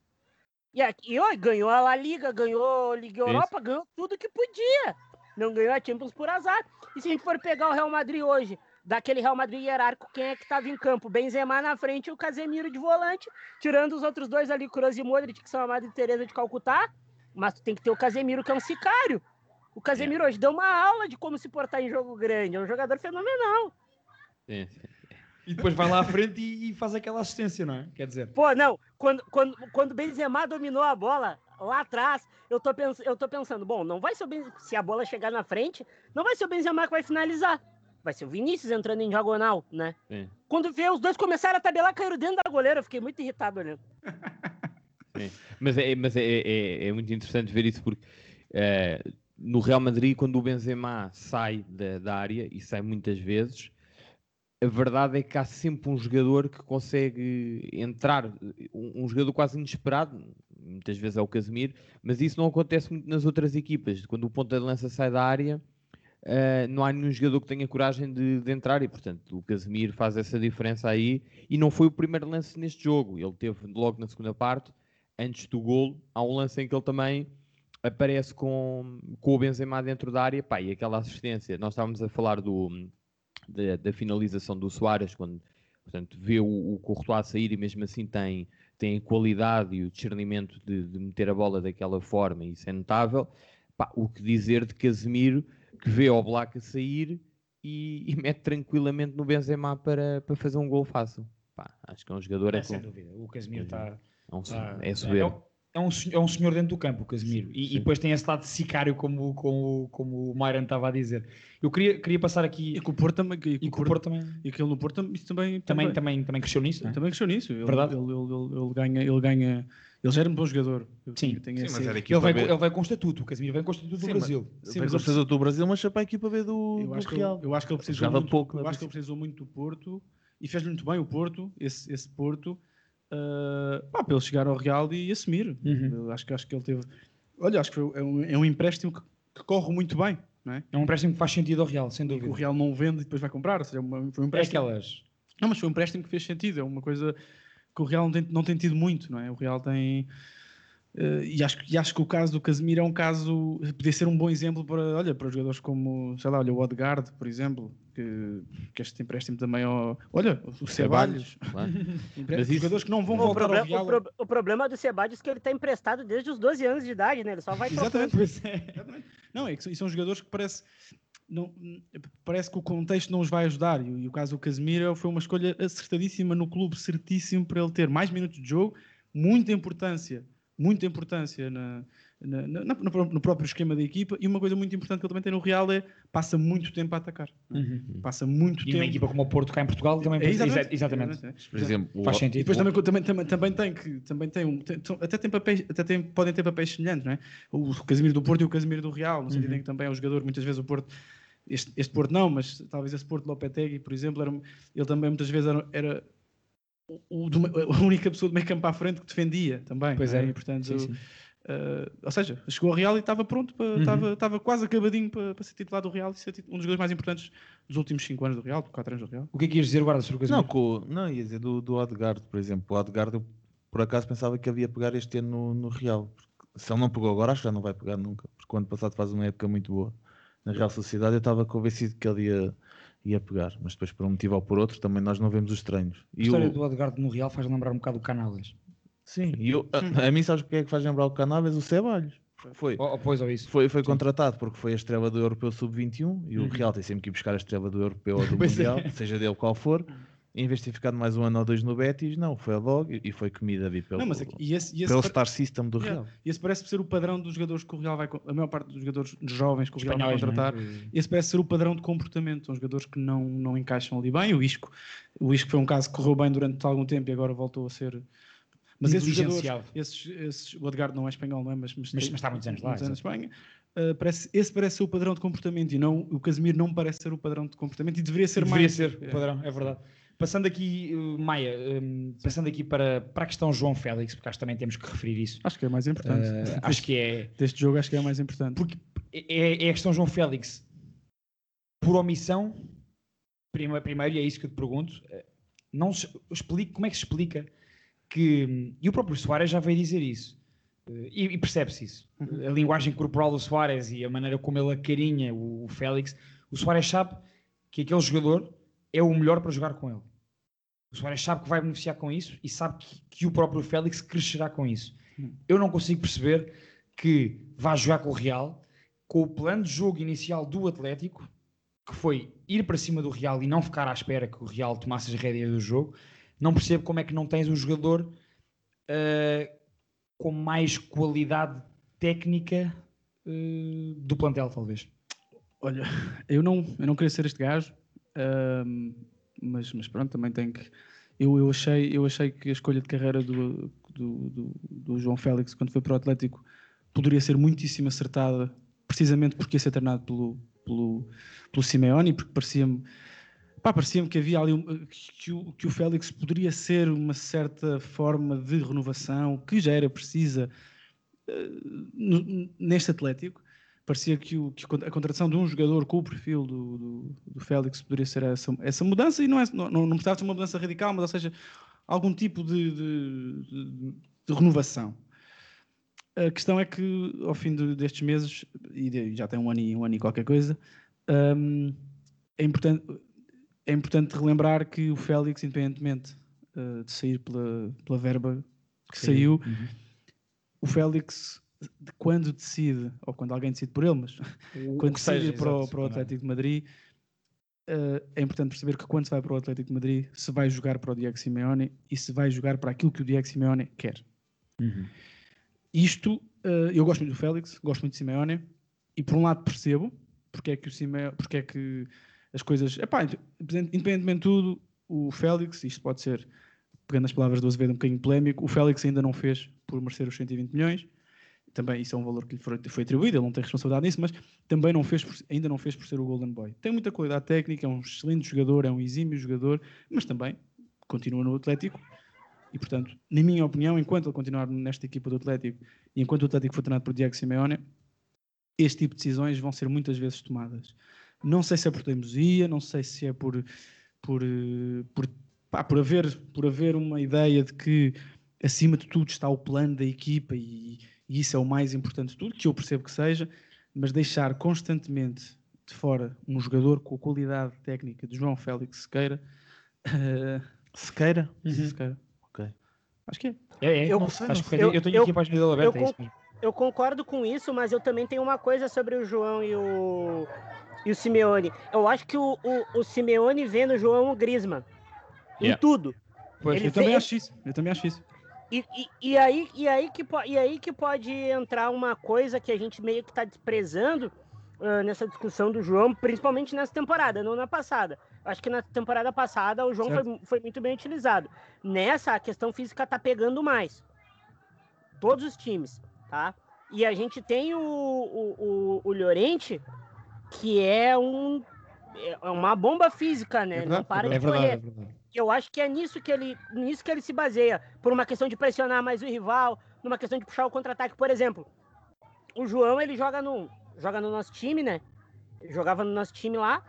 E ganhou a La Liga, ganhou a Liga Europa, ganhou tudo que podia. Não ganhou a Champions por azar. E se a gente for pegar o Real Madrid hoje, daquele Real Madrid hierárquico, quem é que estava em campo? Benzema na frente e o Casemiro de volante, tirando os outros dois ali, Kroos e Modric, que são a Madre Teresa de Calcutá. Mas tu tem que ter o Casemiro, que é um sicário. O Casemiro hoje deu uma aula de como se portar em jogo grande. É um jogador fenomenal. Sim. E depois vai lá à frente e faz aquela assistência, não é? Quer dizer... Pô, não. Quando o Benzema dominou a bola lá atrás, eu tô pensando, bom, não vai ser se a bola chegar na frente, não vai ser o Benzema que vai finalizar. Vai ser o Vinícius entrando em diagonal, né? Sim. Quando os dois começaram a tabelar, caíram dentro da goleira. Eu fiquei muito irritado olhando. Sim. Mas é muito interessante ver isso porque no Real Madrid, quando o Benzema sai da área, e sai muitas vezes, a verdade é que há sempre um jogador que consegue entrar, um jogador quase inesperado, muitas vezes é o Casemiro, mas isso não acontece muito nas outras equipas. Quando o ponta de lança sai da área, não há nenhum jogador que tenha coragem de entrar, e portanto o Casemiro faz essa diferença aí, e não foi o primeiro lance neste jogo. Ele teve logo na segunda parte, antes do golo, há um lance em que ele também aparece com o Benzema dentro da área, pá, e aquela assistência. Nós estávamos a falar da finalização do Suárez, quando, portanto, vê o Courtois a sair e mesmo assim tem a qualidade e o discernimento de meter a bola daquela forma, e isso é notável. Pá, o que dizer de Casemiro, que vê o Oblak a sair e mete tranquilamente no Benzema para fazer um gol fácil. Pá, acho que é um jogador... sem dúvida. O Casemiro está... É soberbo. É um senhor dentro do campo, o Casemiro. E depois tem esse lado de sicário, como o Myron estava a dizer. Eu queria passar aqui... E com o Porto também. E com o Porto também. E aquele no Porto isso também cresceu nisso, não é? Também cresceu nisso. Verdade. Ele ganha... Ele já era um bom jogador. Sim, mas era ele vai com o estatuto. O Casemiro vem com o estatuto do Brasil. Sim, mas o estatuto do Brasil, mas para a equipa B do Real. Eu acho que ele precisou muito do Porto e fez-lhe muito bem o Porto, esse Porto, para ele chegar ao Real e assumir. Eu acho que ele teve... Olha, acho que é um empréstimo que corre muito bem. Não é? É um empréstimo que faz sentido ao Real, sem dúvida. O Real não vende e depois vai comprar. Ou seja, foi um empréstimo... Não, mas foi um empréstimo que fez sentido. É uma coisa que o Real não tem tido muito. Não é? O Real tem... E acho que o caso do Casemiro é um caso... Podia ser um bom exemplo para jogadores como, sei lá, o Odegaard, por exemplo, que este empréstimo também... Olha, o Ceballos. Claro. Jogadores que não vão voltar ao Real. O problema do Ceballos é que ele está emprestado desde os 12 anos de idade, né? Ele só vai Exatamente. Não, é que são jogadores que parece que o contexto não os vai ajudar. E o caso do Casemiro foi uma escolha acertadíssima no clube, certíssimo para ele ter mais minutos de jogo, muita importância no próprio esquema da equipa, e uma coisa muito importante que ele também tem no Real é passa muito tempo a atacar. Passa muito tempo. E uma equipa como o Porto cá em Portugal também exatamente. Por exemplo, faz sentido. E depois podem ter papéis semelhantes, não é? O Casemiro do Porto e o Casemiro do Real, no sentido em que também é um jogador, muitas vezes o Porto, este Porto não, mas talvez esse Porto de Lopetegui, por exemplo, ele também muitas vezes era a única pessoa do meio campo à frente que defendia também. Pois é. E, portanto, ou seja, chegou ao Real e estava pronto, estava quase acabadinho para ser titular do Real e ser um dos jogadores mais importantes dos últimos 5 anos do Real, 4 anos do Real. O que é que ias dizer agora sobre o Casemiro? Não, ia dizer do Odegaard, por exemplo. O Odegaard, eu por acaso pensava que havia pegar este ano no Real. Se ele não pegou agora, acho que já não vai pegar nunca, porque o ano passado faz uma época muito boa na Real Sociedade. Eu estava convencido que ele ia pegar, mas depois por um motivo ou por outro também nós não vemos os treinos. A história do Odegaard no Real faz lembrar um bocado o Canales. Sim, e a mim sabes o que é que faz lembrar o Canales? O Ceballos. Foi contratado porque foi a estrela do Europeu Sub-21 e o Real tem sempre que ir buscar a estrela do Europeu ou do Mundial, seja dele qual for. Em vez de ter ficado mais um ano ou dois no Betis, não, foi logo e foi comida ali pelo Star System do Real. E esse parece ser o padrão dos jogadores que o Real vai... A maior parte dos jogadores jovens que o Real vai contratar, esse parece ser o padrão de comportamento. São jogadores que não encaixam ali bem. O Isco foi um caso que correu bem durante algum tempo e agora voltou a ser... Mas esses jogadores... O Odegaard não é espanhol, não é? Mas está há muitos anos lá. Em Espanha. Esse parece ser o padrão de comportamento e não, o Casemiro não parece ser o padrão de comportamento e deveria ser mais... Deveria ser o padrão, é verdade. Passando aqui, Maia, para a questão João Félix, porque acho que também temos que referir isso. Acho que é mais importante. Acho que é... Deste jogo acho que é a mais importante. Porque é a questão João Félix por omissão, primeiro, e é isso que eu te pergunto, não se explica, como é que se explica que... E o próprio Suárez já veio dizer isso. E percebe-se isso. A linguagem corporal do Suárez e a maneira como ele acarinha o Félix. O Suárez sabe que aquele jogador é o melhor para jogar com ele. O Suárez sabe que vai beneficiar com isso e sabe que o próprio Félix crescerá com isso. Eu não consigo perceber que vá jogar com o Real com o plano de jogo inicial do Atlético, que foi ir para cima do Real e não ficar à espera que o Real tomasse as rédeas do jogo. Não percebo como é que não tens um jogador com mais qualidade técnica do plantel, talvez. Olha, eu não queria ser este gajo, mas pronto, também tenho que... Eu achei que a escolha de carreira do João Félix quando foi para o Atlético poderia ser muitíssimo acertada, precisamente porque ia ser treinado pelo Simeone, porque parecia-me que havia ali que o Félix poderia ser uma certa forma de renovação que já era precisa neste Atlético. Parecia que a contratação de um jogador com o perfil do Félix poderia ser essa mudança, e não precisava ser uma mudança radical, mas, ou seja, algum tipo de renovação. A questão é que, ao fim destes meses, e já tem um ano e qualquer coisa, é importante relembrar que o Félix, independentemente de sair pela verba que saiu, o Félix... quando decide, ou quando alguém decide por ele, mas quando decide para o Atlético de Madrid, é importante perceber que quando se vai para o Atlético de Madrid se vai jogar para o Diego Simeone e se vai jogar para aquilo que o Diego Simeone quer. Isto, eu gosto muito do Félix, gosto muito de Simeone, e por um lado percebo porque é que as coisas... independentemente de tudo, o Félix, isto pode ser, pegando as palavras do Azevedo, um bocadinho polémico, o Félix ainda não fez por merecer os 120 milhões, também isso é um valor que lhe foi atribuído, ele não tem responsabilidade nisso, mas também ainda não fez por ser o Golden Boy. Tem muita qualidade técnica, é um excelente jogador, é um exímio jogador, mas também continua no Atlético e, portanto, na minha opinião, enquanto ele continuar nesta equipa do Atlético e enquanto o Atlético for treinado por Diego Simeone, este tipo de decisões vão ser muitas vezes tomadas. Não sei se é por teimosia, não sei se é por haver uma ideia de que acima de tudo está o plano da equipa e isso é o mais importante de tudo, que eu percebo que seja, mas deixar constantemente de fora um jogador com a qualidade técnica de João Félix Sequeira. Sequeira? Sequeira. Ok. Acho que é. Eu tenho aqui a página dele aberta. Eu concordo com isso, mas eu também tenho uma coisa sobre o João e o Simeone. Eu acho que o Simeone vê no João o Griezmann. Em tudo. Pois, eu também acho isso. E aí que pode entrar uma coisa que a gente meio que está desprezando nessa discussão do João, principalmente nessa temporada, não na passada. Acho que na temporada passada o João foi muito bem utilizado. Nessa, a questão física tá pegando mais. Todos os times, tá? E a gente tem o Llorente, que é uma bomba física, né? Não para de correr. É verdade. Eu acho que é nisso que ele se baseia, por uma questão de pressionar mais o rival, numa questão de puxar o contra-ataque. Por exemplo, o João, ele joga no nosso time, né? Ele jogava no nosso time lá,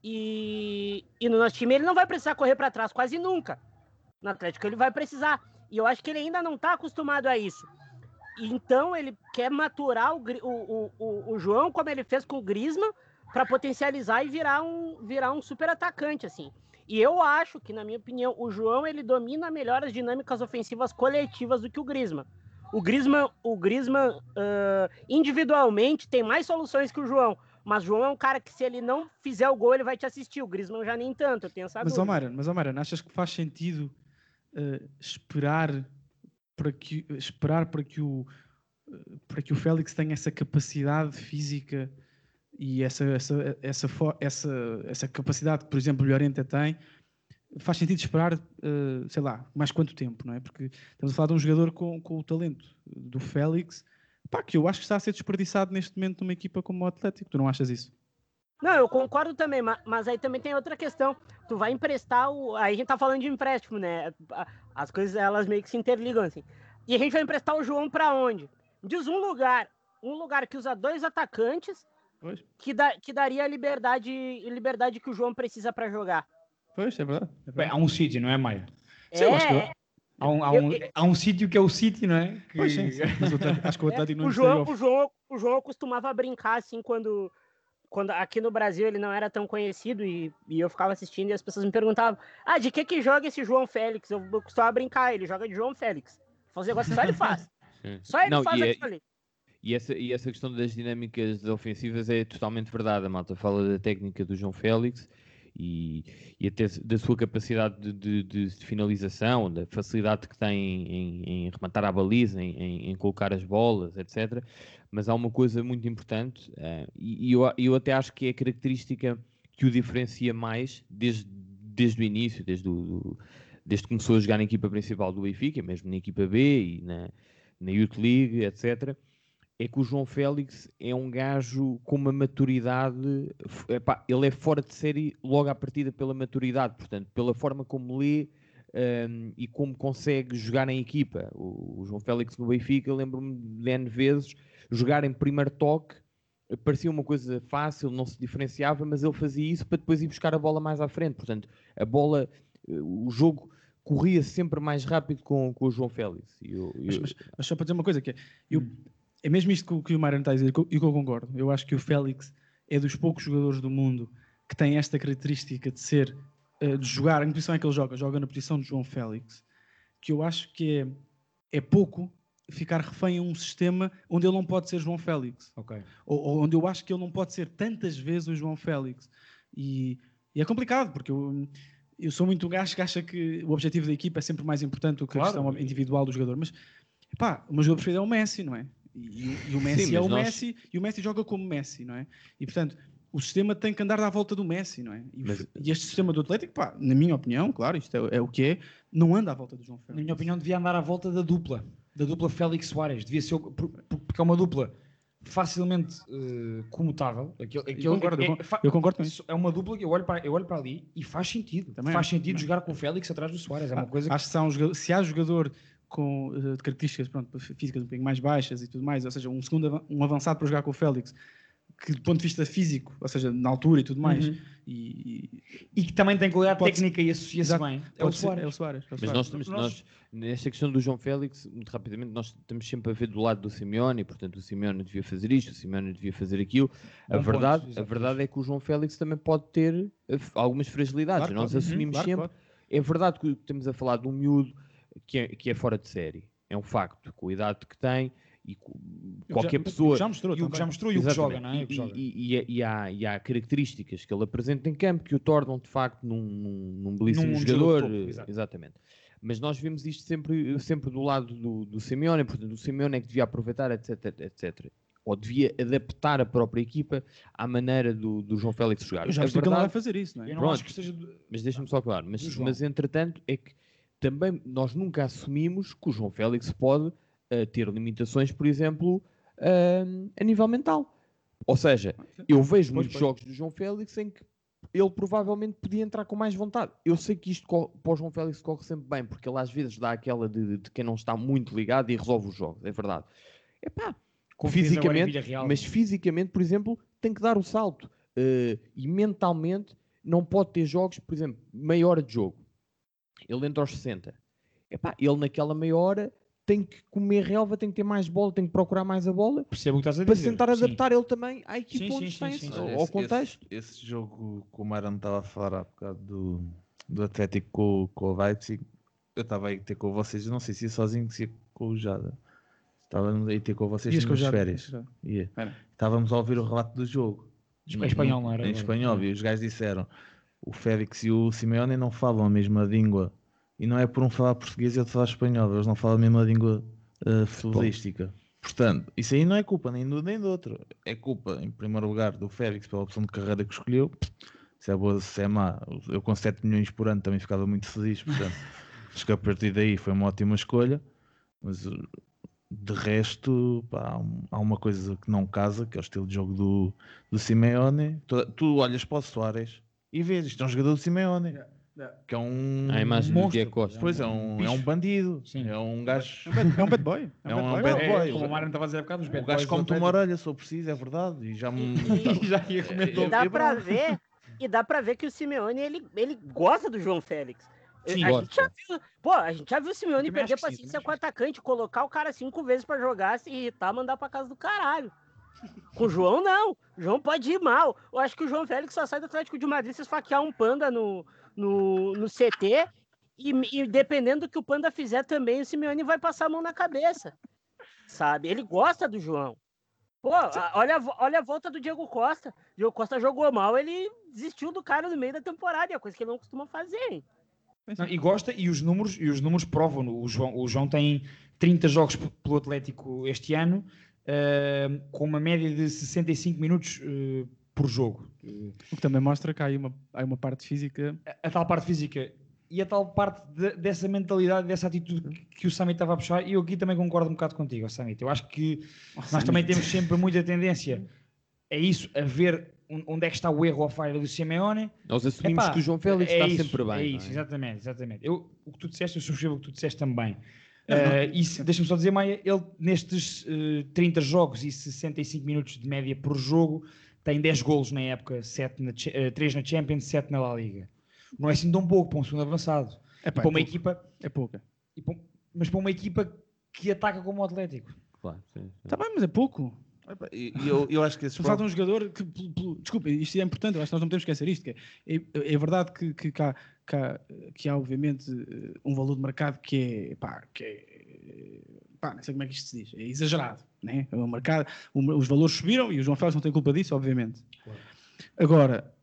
e no nosso time ele não vai precisar correr para trás quase nunca. No Atlético ele vai precisar. E eu acho que ele ainda não está acostumado a isso. Então ele quer maturar o João, como ele fez com o Griezmann, para potencializar e virar um super atacante, assim. E eu acho que, na minha opinião, o João ele domina melhor as dinâmicas ofensivas coletivas do que o Griezmann. O Griezmann individualmente tem mais soluções que o João, mas o João é um cara que, se ele não fizer o gol, ele vai te assistir. O Griezmann já nem tanto, eu tenho essa dúvida. Mas, Omar, achas que faz sentido esperar para que o Félix tenha essa capacidade física e essa capacidade que, por exemplo, o Llorente tem? Faz sentido esperar, sei lá, mais quanto tempo, não é? Porque estamos a falar de um jogador com o talento do Félix, que eu acho que está a ser desperdiçado neste momento numa equipa como o Atlético. Tu não achas isso? Não, eu concordo também, mas aí também tem outra questão. Tu vai emprestar aí a gente tá falando de empréstimo, né? As coisas, elas meio que se interligam, assim. E a gente vai emprestar o João para onde? Diz um lugar que usa 2 atacantes, que daria a liberdade que o João precisa para jogar. Pois, é verdade. Há um sítio, não é, Maia? Sim, há um sítio que é o City, não é? Pois, sim. Mas acho que o Atlético não o João costumava brincar assim quando aqui no Brasil ele não era tão conhecido e eu ficava assistindo e as pessoas me perguntavam: de que joga esse João Félix? Eu costumava brincar, ele joga de João Félix. Fazer negócio só ele faz. Só ele faz aquilo ali. E essa questão das dinâmicas ofensivas é totalmente verdade. A malta fala da técnica do João Félix e até da sua capacidade de finalização, da facilidade que tem em rematar a baliza, em colocar as bolas, etc. Mas há uma coisa muito importante, e eu até acho que é a característica que o diferencia mais desde o início, desde que começou a jogar na equipa principal do Benfica, mesmo na equipa B e na Youth League, etc., é que o João Félix é um gajo com uma maturidade, ele é fora de série logo à partida pela maturidade, portanto, pela forma como lê e como consegue jogar em equipa. O João Félix no Benfica, lembro-me de N vezes, jogar em primeiro toque, parecia uma coisa fácil, não se diferenciava, mas ele fazia isso para depois ir buscar a bola mais à frente, portanto, o jogo corria sempre mais rápido com o João Félix. Mas só para dizer uma coisa, que é mesmo isto que o Mário está a dizer, e que eu concordo. Eu acho que o Félix é dos poucos jogadores do mundo que tem esta característica de ser, de jogar, em que posição é que ele joga na posição de João Félix, que eu acho que é pouco ficar refém a um sistema onde ele não pode ser João Félix. Okay. Ou onde eu acho que ele não pode ser tantas vezes o João Félix. E é complicado, porque eu sou muito um gajo que acha que o objetivo da equipa é sempre mais importante do que a questão individual do jogador. Mas, o meu jogador preferido é o Messi, não é? E o Messi Messi, e o Messi joga como Messi, não é? E, portanto, o sistema tem que andar à volta do Messi, não é? E este sistema do Atlético, na minha opinião, claro, isto é o que é, não anda à volta do João Félix. Na minha opinião, devia andar à volta da dupla. da dupla Félix Soares. Devia ser, porque é uma dupla facilmente comutável. Eu concordo com isso. É uma dupla que eu olho para ali e faz sentido. Também faz sentido jogar com o Félix atrás do Soares. É uma coisa acho que se há jogador com de características físicas um bocadinho mais baixas e tudo mais, ou seja, um avançado para jogar com o Félix, que do ponto de vista físico, ou seja, na altura e tudo mais, e que também tem qualidade técnica e associa-se bem, é o Soares. Mas nós, nesta questão do João Félix, muito rapidamente, nós estamos sempre a ver do lado do Simeone, portanto o Simeone devia fazer isto, o Simeone devia fazer aquilo. A verdade é que o João Félix também pode ter algumas fragilidades, claro, nós assumimos sempre. É verdade que estamos a falar de um miúdo que é fora de série, é um facto, com a idade que tem, e qualquer pessoa... já mostrou e o que joga, não é? E há características que ele apresenta em campo que o tornam, de facto, num belíssimo jogador. Exatamente. Mas nós vemos isto sempre do lado do Simeone, portanto, o Simeone é que devia aproveitar, etc. Ou devia adaptar a própria equipa à maneira do João Félix jogar. Eu já percebi que ele não vai fazer isso, não é? Eu não acho que seja... Mas deixa-me só claro. Mas, entretanto, é que também nós nunca assumimos que o João Félix pode ter limitações, por exemplo, a nível mental. Ou seja, eu vejo muitos jogos do João Félix em que ele provavelmente podia entrar com mais vontade. Eu sei que isto para o João Félix corre sempre bem, porque ele às vezes dá aquela de quem não está muito ligado e resolve os jogos, é verdade. Fisicamente, por exemplo, tem que dar o salto. E mentalmente não pode ter jogos, por exemplo, meia hora de jogo. Ele entra aos 60. Ele naquela meia hora tem que comer relva, tem que ter mais bola, tem que procurar mais a bola. Percebo o que estás a dizer. Para tentar adaptar ele também à equipa onde está, ao contexto. Esse jogo que o Maran estava a falar há bocado do Atlético com o Leipzig, eu estava aí a ter com vocês, não sei se ia sozinho, se ia com o Jada. Estava aí a ter com vocês nas férias. Estávamos a ouvir o relato do jogo. Em espanhol, não era? Em espanhol, e os gajos disseram: o Félix e o Simeone não falam a mesma língua. E não é por um falar português e outro falar espanhol. Eles não falam a mesma língua futebolística. Portanto, isso aí não é culpa nem do nem do outro. É culpa, em primeiro lugar, do Félix pela opção de carreira que escolheu. Se é boa, se é má. Eu com 7 milhões por ano também ficava muito feliz. Portanto, acho que a partir daí foi uma ótima escolha. Mas de resto, há uma coisa que não casa, que é o estilo de jogo do Simeone. Tu olhas para o Soares e vês, isto é um jogador do Simeone. Que é a imagem do Diego Costa. Pois é um bandido. Sim. É um gajo. É um bad boy. É um bad boy. Como o Mário estava a dizer há bocado, o gajo come-te uma orelha, se eu preciso, é verdade. E já ia comer todo. E dá pra ver que o Simeone ele gosta do João Félix. Sim, a gente já viu o Simeone perder paciência com o atacante, colocar o cara 5 vezes pra jogar, se irritar, mandar pra casa do caralho. Com o João, não. O João pode ir mal. Eu acho que o João Félix só sai do Atlético de Madrid se esfaquear um panda no CT e dependendo do que o panda fizer também, o Simeone vai passar a mão na cabeça. Sabe? Ele gosta do João. Olha a volta do Diego Costa. O Diego Costa jogou mal, ele desistiu do cara no meio da temporada. É coisa que ele não costuma fazer, hein? Não, e gosta, e os números provam. O João tem 30 jogos pelo Atlético este ano, com uma média de 65 minutos por jogo. O que também mostra que há aí uma parte física. A tal parte física e a tal parte dessa mentalidade, dessa atitude que o Samit estava a puxar, e eu aqui também concordo um bocado contigo, Samit. Eu acho que nós também temos sempre muita tendência a isso, a ver onde é que está o erro ou a falha do Simeone. Nós assumimos que o João Félix está sempre bem. É isso, exatamente. O que tu disseste, eu subscrevo o que tu disseste também. Deixa-me só dizer, Maia, ele nestes 30 jogos e 65 minutos de média por jogo tem 10 golos na época, 3 na Champions, 7 na La Liga. Não é assim tão pouco para um segundo avançado. Para uma equipa... É pouca. Mas para uma equipa que ataca como o Atlético. Claro, sim. Está bem, mas é pouco. Eu acho que Estamos a falar de um jogador que... Desculpa, isto é importante, eu acho que nós não podemos esquecer isto. É verdade que há obviamente um valor de mercado que não sei como é que isto se diz, é exagerado, né? O mercado, os valores subiram e o João Félix não tem culpa disso, obviamente. Claro. Agora,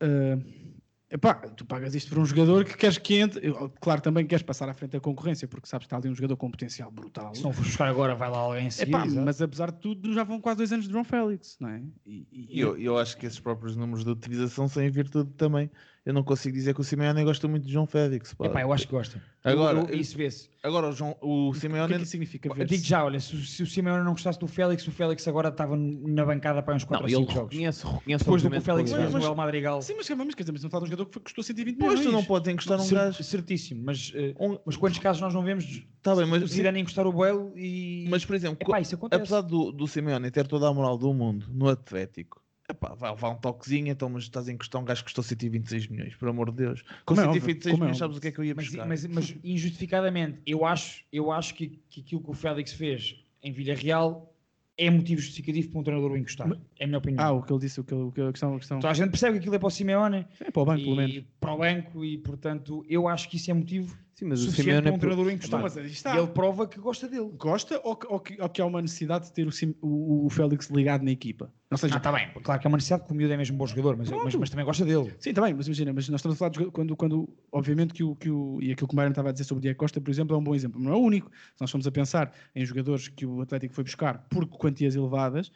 tu pagas isto por um jogador que queres que entre, claro, também queres passar à frente da concorrência, porque sabes que está ali um jogador com potencial brutal. Se não for buscar agora, vai lá alguém a seguir. Mas apesar de tudo, já vão quase 2 anos de João Félix, não é? Eu acho que esses próprios números de utilização são em virtude também. eu não consigo dizer que o Simeone gosta muito de João Félix. Pá. Epá, eu acho que gosta. Agora, Isso vê-se. Agora o Simeone... O que é que isso significa ver-se? Digo já, olha, se o Simeone não gostasse do Félix, o Félix agora estava na bancada para uns 4 ou 5 jogos. Reconhece Depois do que o Félix fez mas, no El Madrigal. Sim, mas quer dizer, mas não fala de um jogador que custou 120 Pois, milhões. tu não podes encostar um gajo... Certíssimo, mas quantos casos nós não vemos tá bem, mas, o Zidane encostar o Boelo e... Mas, por exemplo, epá, isso acontece. apesar do Simeone ter toda a moral do mundo no Atlético, epá, vai levar um toquezinho, então, mas estás a encostar um gajo que custou 126 milhões, por amor de Deus. Com 126 milhões, sabes o que é que eu ia buscar? Mas injustificadamente, eu acho que aquilo que o Félix fez em Villarreal é motivo justificativo para um treinador o encostar. É a minha opinião. O que ele disse, a questão... Então a gente percebe que aquilo é para o Simeone. É para o banco, pelo menos. Para o banco, e portanto, eu acho que isso é motivo mas suficiente para um treinador o encostar. Mas e ele prova que gosta dele. Gosta ou que há uma necessidade de ter o Félix ligado na equipa? Ou seja, está bem. Claro que há uma necessidade, porque o miúdo é mesmo um bom jogador, mas também gosta dele. Sim, está bem, mas imagina, mas nós estamos a falar de quando obviamente e aquilo que o Mário estava a dizer sobre o Diego Costa, por exemplo, é um bom exemplo. Não é o único. Se nós formos a pensar em jogadores que o Atlético foi buscar por quantias elevadas,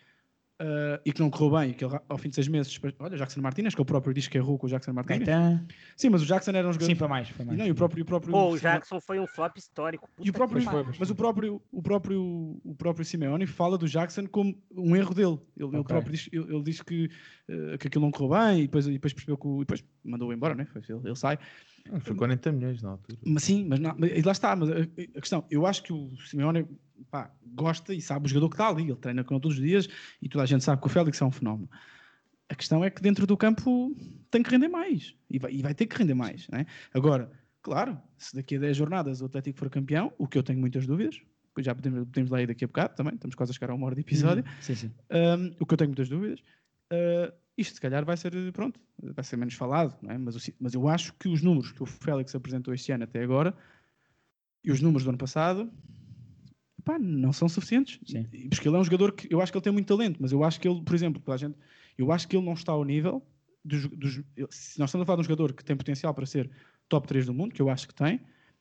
e que não correu bem, e que ele, ao fim de 6 meses, olha, Jackson Martínez, que ele próprio diz que errou com o Jackson Martínez. Sim, mas o Jackson era um jogador... Sim, foi mais. Não, e o próprio... o Jackson foi um flop histórico. E o próprio, mas o próprio Simeone fala do Jackson como um erro dele. Ele próprio diz que aquilo não correu bem, e depois percebeu que... E depois mandou-o embora, né? Ele sai. Foi 40 milhões na altura. Mas sim, mas lá está. Mas a questão, eu acho que o Simeone gosta e sabe o jogador que está ali. Ele treina com ele todos os dias e toda a gente sabe que o Félix é um fenómeno. A questão é que dentro do campo tem que render mais. E vai ter que render mais. Né? Agora, claro, se daqui a 10 jornadas o Atlético for campeão, o que eu tenho muitas dúvidas, já podemos lá ir daqui a bocado também, estamos quase a chegar a 1 hora de episódio. Sim. O que eu tenho muitas dúvidas... isto se calhar vai ser menos falado, não é? Mas eu acho que os números que o Félix apresentou este ano até agora e os números do ano passado não são suficientes. Sim. Porque ele é um jogador que eu acho que ele tem muito talento, mas eu acho que ele, por exemplo, eu acho que ele não está ao nível se nós estamos a falar de um jogador que tem potencial para ser top 3 do mundo, que eu acho que tem,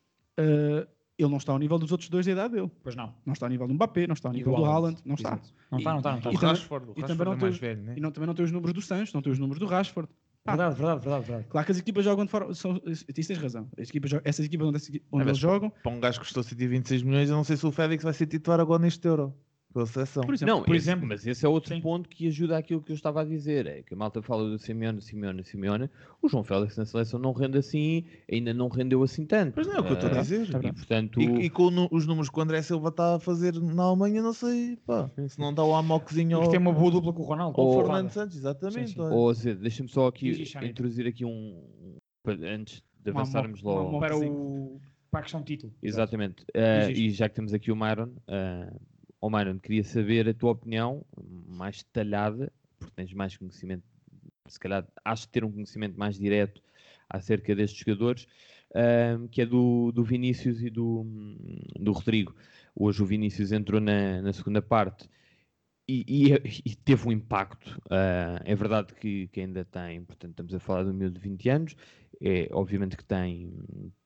ele não está ao nível dos outros dois da idade dele. Pois não. Não está ao nível do Mbappé, não está ao nível do Haaland, não está. Não está. O Rashford é mais velho, né? E também não tem os números do Sancho, não tem os números do Rashford. Verdade. Claro que as equipas jogam de forma... Isso tens razão. Essas equipas onde eles jogam... Para um gajo que custou 126 milhões, eu não sei se o Félix vai ser titular agora neste Euro. Pela seleção. Por exemplo. Mas esse é outro ponto que ajuda àquilo que eu estava a dizer. É que a malta fala do Simeone. O João Félix na seleção não rende assim, ainda não rendeu assim tanto. Mas não é o que eu estou a dizer. E, portanto... e com os números que o André Silva está a fazer na Alemanha, não sei, se não dá o Amokzinho ao... tem uma boa dupla com o Ronaldo. Ou o Fernando Santos, exatamente. Sim. Ou Zé, deixa-me só aqui introduzir aqui antes de avançarmos logo... Para a questão de título. Exatamente. E já que temos aqui o Myron... Myron, queria saber a tua opinião mais detalhada, porque tens mais conhecimento, se calhar has de ter um conhecimento mais direto acerca destes jogadores, que é do Vinícius e do Rodrigo. Hoje o Vinícius entrou na segunda parte e teve um impacto. É verdade que ainda tem, portanto estamos a falar de um miúdo de 20 anos, obviamente que tem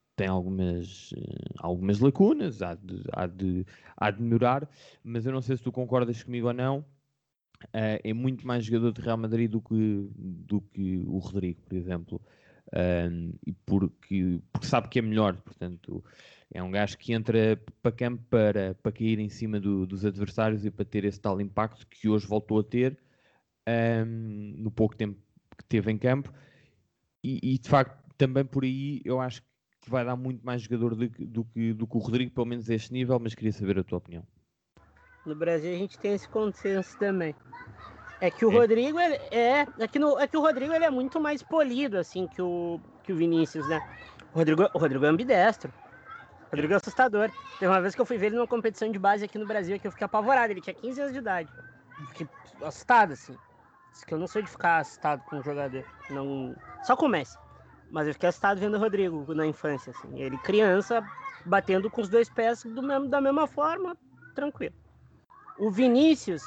algumas lacunas, há de melhorar, mas eu não sei se tu concordas comigo ou não, é muito mais jogador de Real Madrid do que o Rodrigo, por exemplo, e porque sabe que é melhor, portanto é um gajo que entra para campo para cair em cima dos adversários e para ter esse tal impacto que hoje voltou a ter no pouco tempo que teve em campo, e de facto também por aí eu acho que vai dar muito mais jogador do que o Rodrigo, pelo menos a este nível, mas queria saber a tua opinião. No Brasil a gente tem esse consenso também. É que o Rodrigo é que o Rodrigo ele é muito mais polido assim que o Vinícius, né? O Rodrigo é ambidestro. O Rodrigo é assustador. Teve uma vez que eu fui ver ele numa competição de base aqui no Brasil que eu fiquei apavorado. Ele tinha 15 anos de idade. Fiquei assustado assim. Isso que eu não sou de ficar assustado com um jogador. Não, só comece. Mas eu fiquei assustado vendo o Rodrigo na infância, assim. Ele criança, batendo com os dois pés da mesma forma, tranquilo. O Vinícius,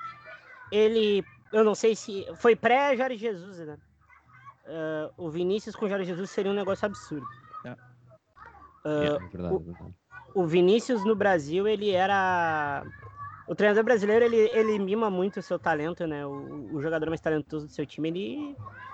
eu não sei se... Foi pré-Jorge Jesus, né? O Vinícius com o Jorge Jesus seria um negócio absurdo. Verdade. O Vinícius no Brasil, ele era... O treinador brasileiro, ele mima muito o seu talento, né? O jogador mais talentoso do seu time,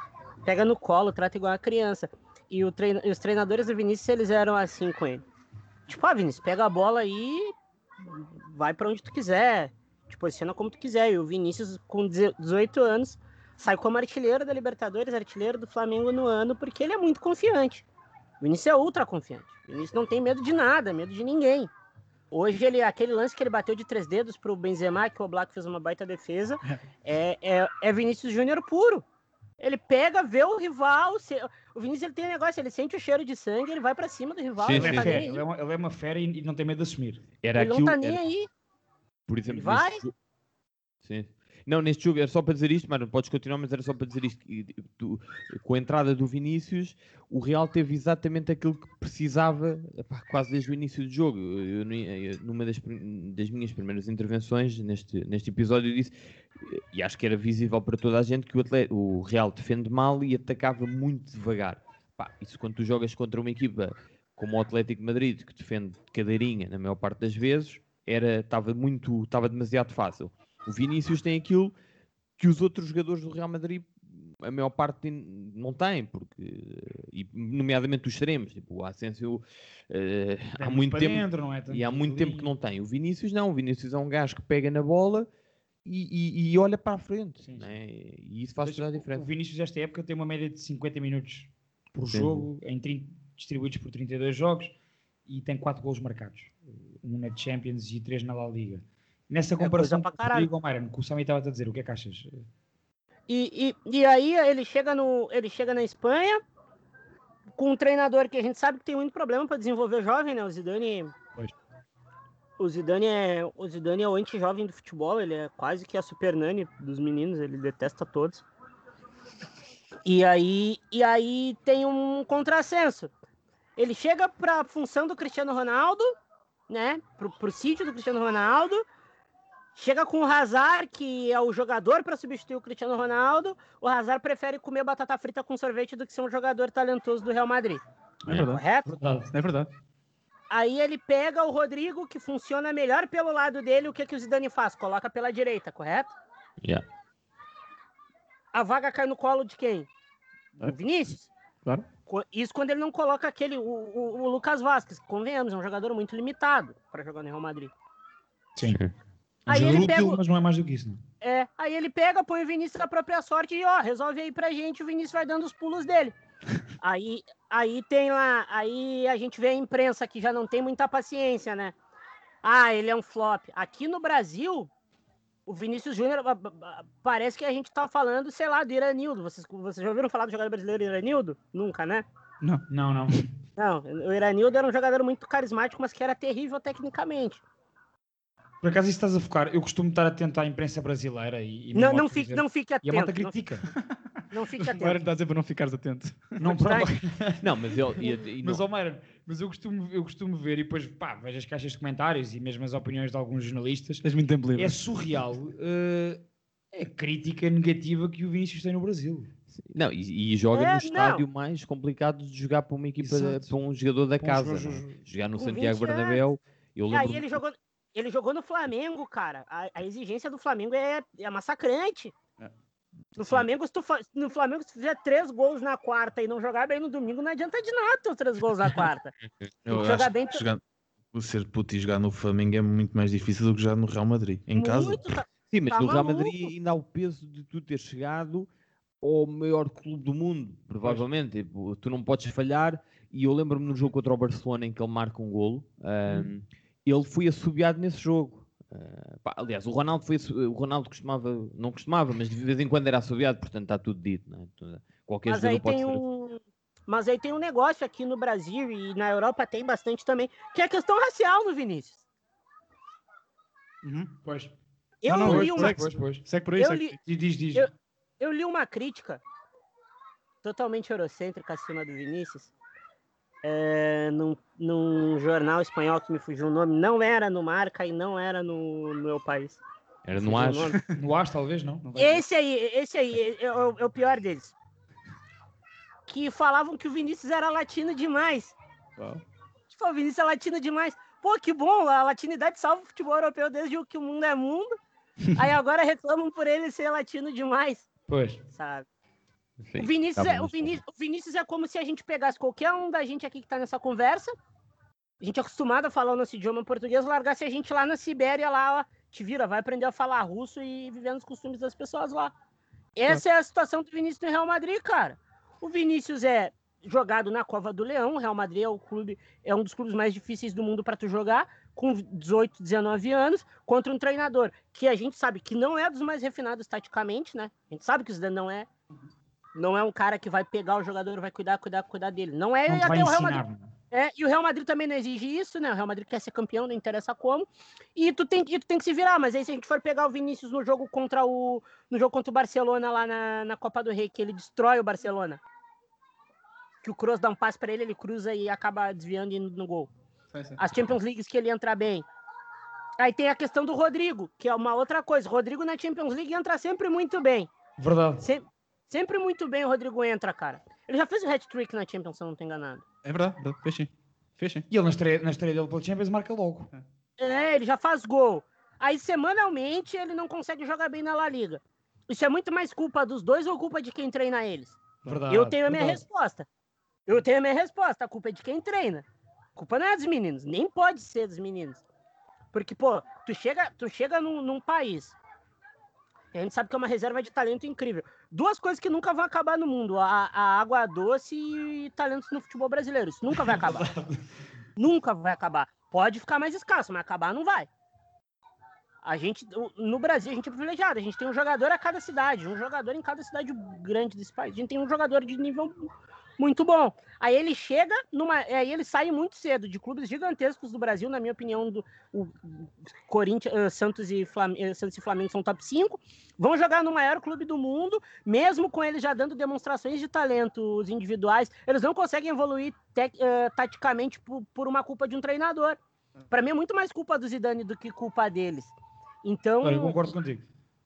pega no colo, trata igual a criança. E os treinadores do Vinícius, eles eram assim com ele. Tipo, Vinícius, pega a bola aí, vai pra onde tu quiser, te posiciona como tu quiser. E o Vinícius, com 18 anos, sai como artilheiro da Libertadores, artilheiro do Flamengo no ano, porque ele é muito confiante. O Vinícius é ultra confiante. O Vinícius não tem medo de nada, medo de ninguém. Hoje, aquele lance que ele bateu de 3 dedos pro Benzema, que o Oblak fez uma baita defesa, é Vinícius Júnior puro. Ele pega, vê o rival. O Vinícius ele tem um negócio, ele sente o cheiro de sangue, ele vai pra cima do rival. Sim, ele, ele é uma fera e não tem medo de assumir. Ele não tá nem aí. Por exemplo, ele vai. Sim. Não, neste jogo, era só para dizer isto, mas não podes continuar, mas era só para dizer isto. Com a entrada do Vinícius, o Real teve exatamente aquilo que precisava quase desde o início do jogo. Numa das minhas primeiras intervenções neste episódio, eu disse, e acho que era visível para toda a gente, que o Real defende mal e atacava muito devagar. Isso quando tu jogas contra uma equipa como o Atlético de Madrid, que defende de cadeirinha na maior parte das vezes, estava demasiado fácil. O Vinícius tem aquilo que os outros jogadores do Real Madrid, a maior parte não têm, e nomeadamente os extremos, tipo o Asensio, há muito tempo, dentro, não é e há muito tempo que não tem. O Vinícius não, o Vinícius é um gajo que pega na bola e olha para a frente, sim. Né? E isso faz toda a diferença. O Vinícius esta época tem uma média de 50 minutos por jogo, distribuídos por 32 jogos, e tem 4 golos marcados, 1 na Champions e 3 na La Liga. Nessa comparação com o Rodrigo Almeida, que o Sami estava a dizer, o que é que achas? E aí ele chega na Espanha com um treinador que a gente sabe que tem muito problema para desenvolver jovem, né? O Zidane é o anti-jovem do futebol, ele é quase que a super nani dos meninos, ele detesta todos. E aí tem um contrassenso. Ele chega para a função do Cristiano Ronaldo, né? Pro sítio do Cristiano Ronaldo. Chega com o Hazard, que é o jogador para substituir o Cristiano Ronaldo. O Hazard prefere comer batata frita com sorvete do que ser um jogador talentoso do Real Madrid. É verdade. Correto? É verdade. Aí ele pega o Rodrigo, que funciona melhor pelo lado dele. O que o Zidane faz? Coloca pela direita, correto? Yeah. A vaga cai no colo de quem? Do Vinícius? Claro. Isso quando ele não coloca o Lucas Vázquez. Convenhamos, é um jogador muito limitado para jogar no Real Madrid. Sim. Aí ele pega, mas não é mais do que isso, não. Aí ele pega, põe o Vinícius na própria sorte e resolve aí pra gente, o Vinícius vai dando os pulos dele. aí tem lá, aí a gente vê a imprensa que já não tem muita paciência, né? Ele é um flop. Aqui no Brasil, o Vinícius Júnior, parece que a gente tá falando, sei lá, do Iranildo. Vocês já ouviram falar do jogador brasileiro Iranildo? Nunca, né? Não. Não, o Iranildo era um jogador muito carismático, mas que era terrível tecnicamente. Por acaso isso estás a focar? Eu costumo estar atento à imprensa brasileira e não fique atento. E a malta critica. Não fique atento. O Mário está a dizer para não ficares atento. Não, mas mas eu costumo ver e depois vejo as caixas de comentários e mesmo as opiniões de alguns jornalistas. Tens muito tempo livre. É surreal a crítica negativa que o Vinícius tem no Brasil. Não, e joga no estádio mais complicado de jogar para uma equipa, para um jogador da casa. Jogar no Santiago Bernabéu. Ele jogou no Flamengo, cara. A exigência do Flamengo é massacrante. No Flamengo, se tu fizer 3 gols na quarta e não jogar bem no domingo, não adianta de nada ter 3 gols na quarta. Jogar bem. Ser puto e jogar no Flamengo é muito mais difícil do que jogar no Real Madrid. Em casa. Sim, mas no Real Madrid ainda há o peso de tu ter chegado ao maior clube do mundo, provavelmente. Tipo, tu não podes falhar. E eu lembro-me no jogo contra o Barcelona em que ele marca um golo. Ele foi assobiado nesse jogo. Aliás, o Ronaldo não costumava, mas de vez em quando era assobiado, portanto está tudo dito. Não é? Qualquer jogador pode ser. Mas aí tem um negócio aqui no Brasil e na Europa tem bastante também, que é a questão racial no Vinícius. Pois. Segue por aí. Diz. Eu li uma crítica totalmente eurocêntrica acima do Vinícius. Num jornal espanhol que me fugiu o nome, não era no Marca e não era no meu país. Era no AS? No AS, talvez, não? Esse aí é o pior deles. Que falavam que o Vinícius era latino demais. Tipo, o Vinícius é latino demais. Pô, que bom, a latinidade salva o futebol europeu desde que o mundo é mundo. Aí agora reclamam por ele ser latino demais. Pois. Sabe? Sim, O Vinícius é como se a gente pegasse qualquer um da gente aqui que tá nessa conversa, a gente é acostumado a falar o nosso idioma português, largasse a gente lá na Sibéria, lá, ó, te vira, vai aprender a falar russo e viver nos costumes das pessoas lá. Essa é a situação do Vinícius no Real Madrid, cara. O Vinícius é jogado na Cova do Leão, o Real Madrid é um dos clubes mais difíceis do mundo para tu jogar, com 18, 19 anos, contra um treinador que a gente sabe que não é dos mais refinados taticamente, né? A gente sabe que o Zidane não é um cara que vai pegar o jogador, vai cuidar dele. Não é Não até vai o Real ensinar, Madrid. E o Real Madrid também não exige isso, né? O Real Madrid quer ser campeão, não interessa como. E tu tem que se virar, mas aí se a gente for pegar o Vinícius no jogo contra o Barcelona lá na Copa do Rei, que ele destrói o Barcelona, que o Kroos dá um passe pra ele cruza e acaba desviando e indo no gol. As Champions Leagues que ele entra bem. Aí tem a questão do Rodrigo, que é uma outra coisa. O Rodrigo na Champions League entra sempre muito bem. Verdade. Sempre muito bem o Rodrigo entra, cara. Ele já fez o hat-trick na Champions, se eu não tô enganado. É verdade. Fez. E ele na estreia dele pelo Champions marca logo. Ele já faz gol. Aí semanalmente ele não consegue jogar bem na La Liga. Isso é muito mais culpa dos dois ou culpa de quem treina eles? Verdade. Eu tenho a minha resposta. A culpa é de quem treina. A culpa não é dos meninos. Nem pode ser dos meninos. Porque, pô, tu chega num país. E a gente sabe que é uma reserva de talento incrível. Duas coisas que nunca vão acabar no mundo. A água doce e talentos no futebol brasileiro. Isso nunca vai acabar. Nunca vai acabar. Pode ficar mais escasso, mas acabar não vai. No Brasil, a gente é privilegiado. A gente tem um jogador a cada cidade. Um jogador em cada cidade grande desse país. A gente tem um jogador de nível muito bom. Aí ele chega aí ele sai muito cedo de clubes gigantescos do Brasil, na minha opinião, o Corinthians, Santos e Flamengo são top 5. Vão jogar no maior clube do mundo, mesmo com eles já dando demonstrações de talentos individuais, eles não conseguem evoluir taticamente por uma culpa de um treinador. Para mim é muito mais culpa do Zidane do que culpa deles. Então, eu concordo contigo.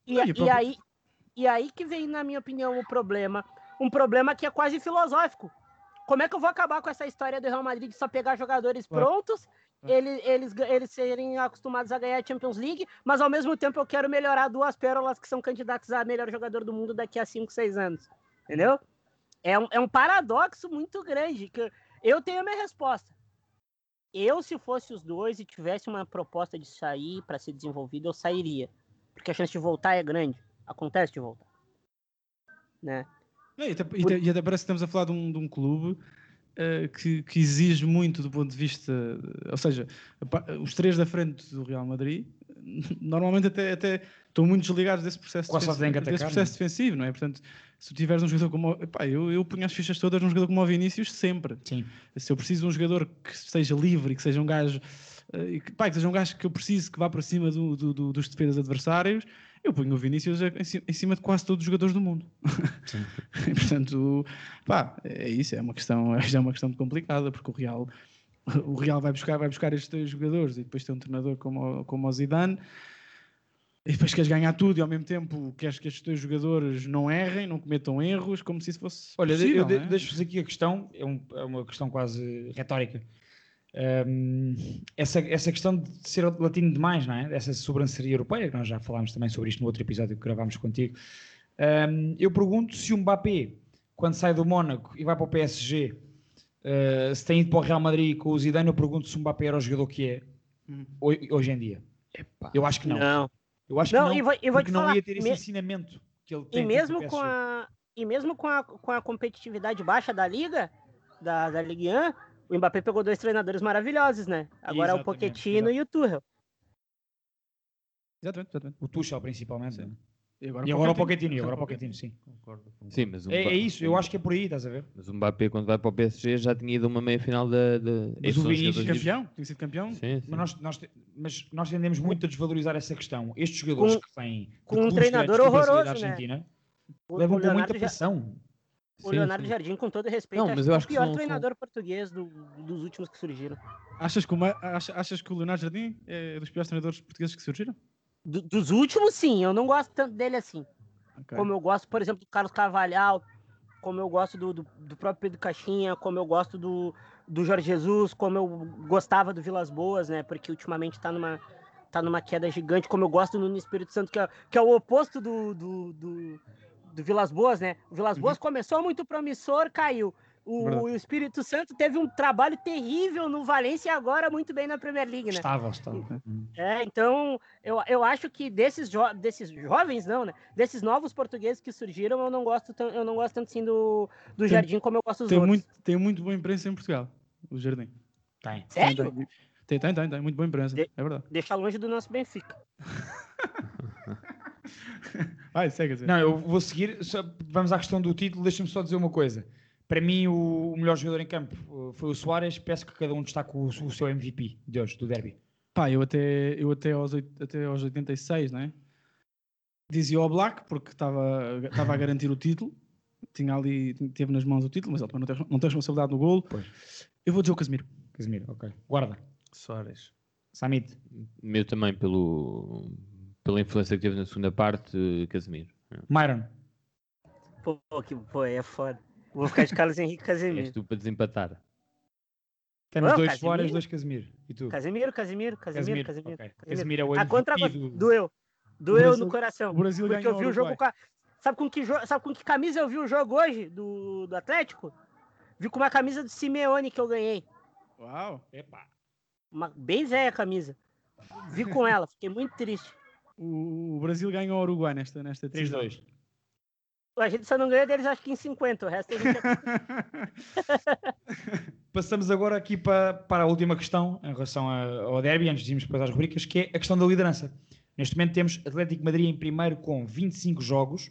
E aí que vem, na minha opinião, o problema. Um problema que é quase filosófico. Como é que eu vou acabar com essa história do Real Madrid de só pegar jogadores prontos, eles serem acostumados a ganhar a Champions League, mas ao mesmo tempo eu quero melhorar duas pérolas que são candidatos a melhor jogador do mundo daqui a 5, 6 anos. Entendeu? É um paradoxo muito grande. Que eu tenho a minha resposta. Se fosse os dois e tivesse uma proposta de sair para ser desenvolvida, eu sairia. Porque a chance de voltar é grande. Acontece de voltar. Né? E até parece que estamos a falar de um clube que exige muito do ponto de vista... Ou seja, os três da frente do Real Madrid normalmente até estão muito desligados desse processo defensivo, não é? Portanto, se tu tiveres um jogador como... eu ponho as fichas todas num jogador como o Vinícius sempre. Sim. Se eu preciso de um jogador que esteja livre e que seja um gajo... que seja um gajo que eu preciso que vá para cima dos defesas adversários, eu ponho o Vinícius em cima de quase todos os jogadores do mundo. Sim. E, portanto, é isso, é uma questão muito complicada, porque o Real vai buscar estes dois jogadores e depois tem um treinador como o Zidane, e depois queres ganhar tudo e ao mesmo tempo queres que estes dois jogadores não errem, não cometam erros, como se isso fosse possível, deixo-vos aqui a questão, é uma questão quase retórica. Essa questão de ser latino demais, não é? Essa sobranceria europeia, que nós já falámos também sobre isto no outro episódio que gravámos contigo. Eu pergunto se o Mbappé, quando sai do Mónaco e vai para o PSG, se tem ido para o Real Madrid com o Zidane, eu pergunto se o Mbappé era o jogador que é hoje em dia. Eu acho que não. Eu acho que não, porque não ia ter esse ensinamento que ele tem. E mesmo com a competitividade baixa da Liga, da Ligue 1, o Mbappé pegou 2 treinadores maravilhosos, né? Agora é o Pochettino e o Tuchel. Exatamente. O Tuchel, principalmente. Sim. E agora o Pochettino, sim. Concordo. Sim, mas é isso, eu acho que é por aí, estás a ver? Mas o Mbappé, quando vai para o PSG, já tinha ido uma meia-final Mas o Vinícius campeão? Tinha sido campeão? Sim. Mas nós tendemos muito a desvalorizar essa questão. Estes jogadores que vêm com um treinador horroroso, da Argentina, né? Levam com muita pressão. O Leonardo Jardim, com todo respeito, mas eu acho o pior treinador português dos últimos que surgiram. Achas que o Leonardo Jardim é dos piores treinadores portugueses que surgiram? Dos últimos, sim. Eu não gosto tanto dele assim. Okay. Como eu gosto, por exemplo, do Carlos Carvalhal, como eu gosto do próprio Pedro Caixinha, como eu gosto do Jorge Jesus, como eu gostava do Vilas Boas, né? Porque ultimamente tá numa queda gigante, como eu gosto do Nuno Espírito Santo, que é o oposto do Vilas Boas, né? O Vilas Boas começou muito promissor, caiu. O Espírito Santo teve um trabalho terrível no Valência e agora muito bem na Premier League, né? Estava. Então, eu acho que desses jovens, não, né? Desses novos portugueses que surgiram, eu não gosto tanto assim do Jardim como eu gosto dos outros. Tem muito boa imprensa em Portugal, o Jardim. Tem. Sério? Tem muito boa imprensa, é verdade. Deixa longe do nosso Benfica. Vai, segue. Não, eu vou seguir. Vamos à questão do título. Deixa-me só dizer uma coisa. Para mim, o melhor jogador em campo foi o Suárez. Peço que cada um destaque o seu MVP de hoje, do derby. Pá, eu até aos 86, né? Dizia o Black, porque estava a garantir o título. Teve nas mãos o título, mas ele também não tem responsabilidade no golo. Pois. Eu vou dizer o Casemiro. Casemiro, ok. Guarda. Soares. Samit. Meu também, pela influência que teve na segunda parte, Casemiro. Myron. Pô, é foda. Vou ficar de Carlos Henrique e Casemiro. És tu para desempatar. Temos dois Suárez, dois Casemiro. E tu? Casemiro. Okay. Casemiro é o MVP Doeu no coração. O Brasil porque eu vi o jogo com Sabe com que camisa eu vi o jogo hoje do Atlético? Vi com uma camisa do Simeone que eu ganhei. Uau! Epa! Uma bem velha camisa. Vi com ela, fiquei muito triste. O Brasil ganhou o Uruguai nesta 3-2. A gente só não ganhou deles, acho que em 50. O resto a gente Passamos agora aqui para a última questão em relação ao derby, antes de irmos depois às rubricas, que é a questão da liderança. Neste momento temos Atlético de Madrid em primeiro com 25 jogos,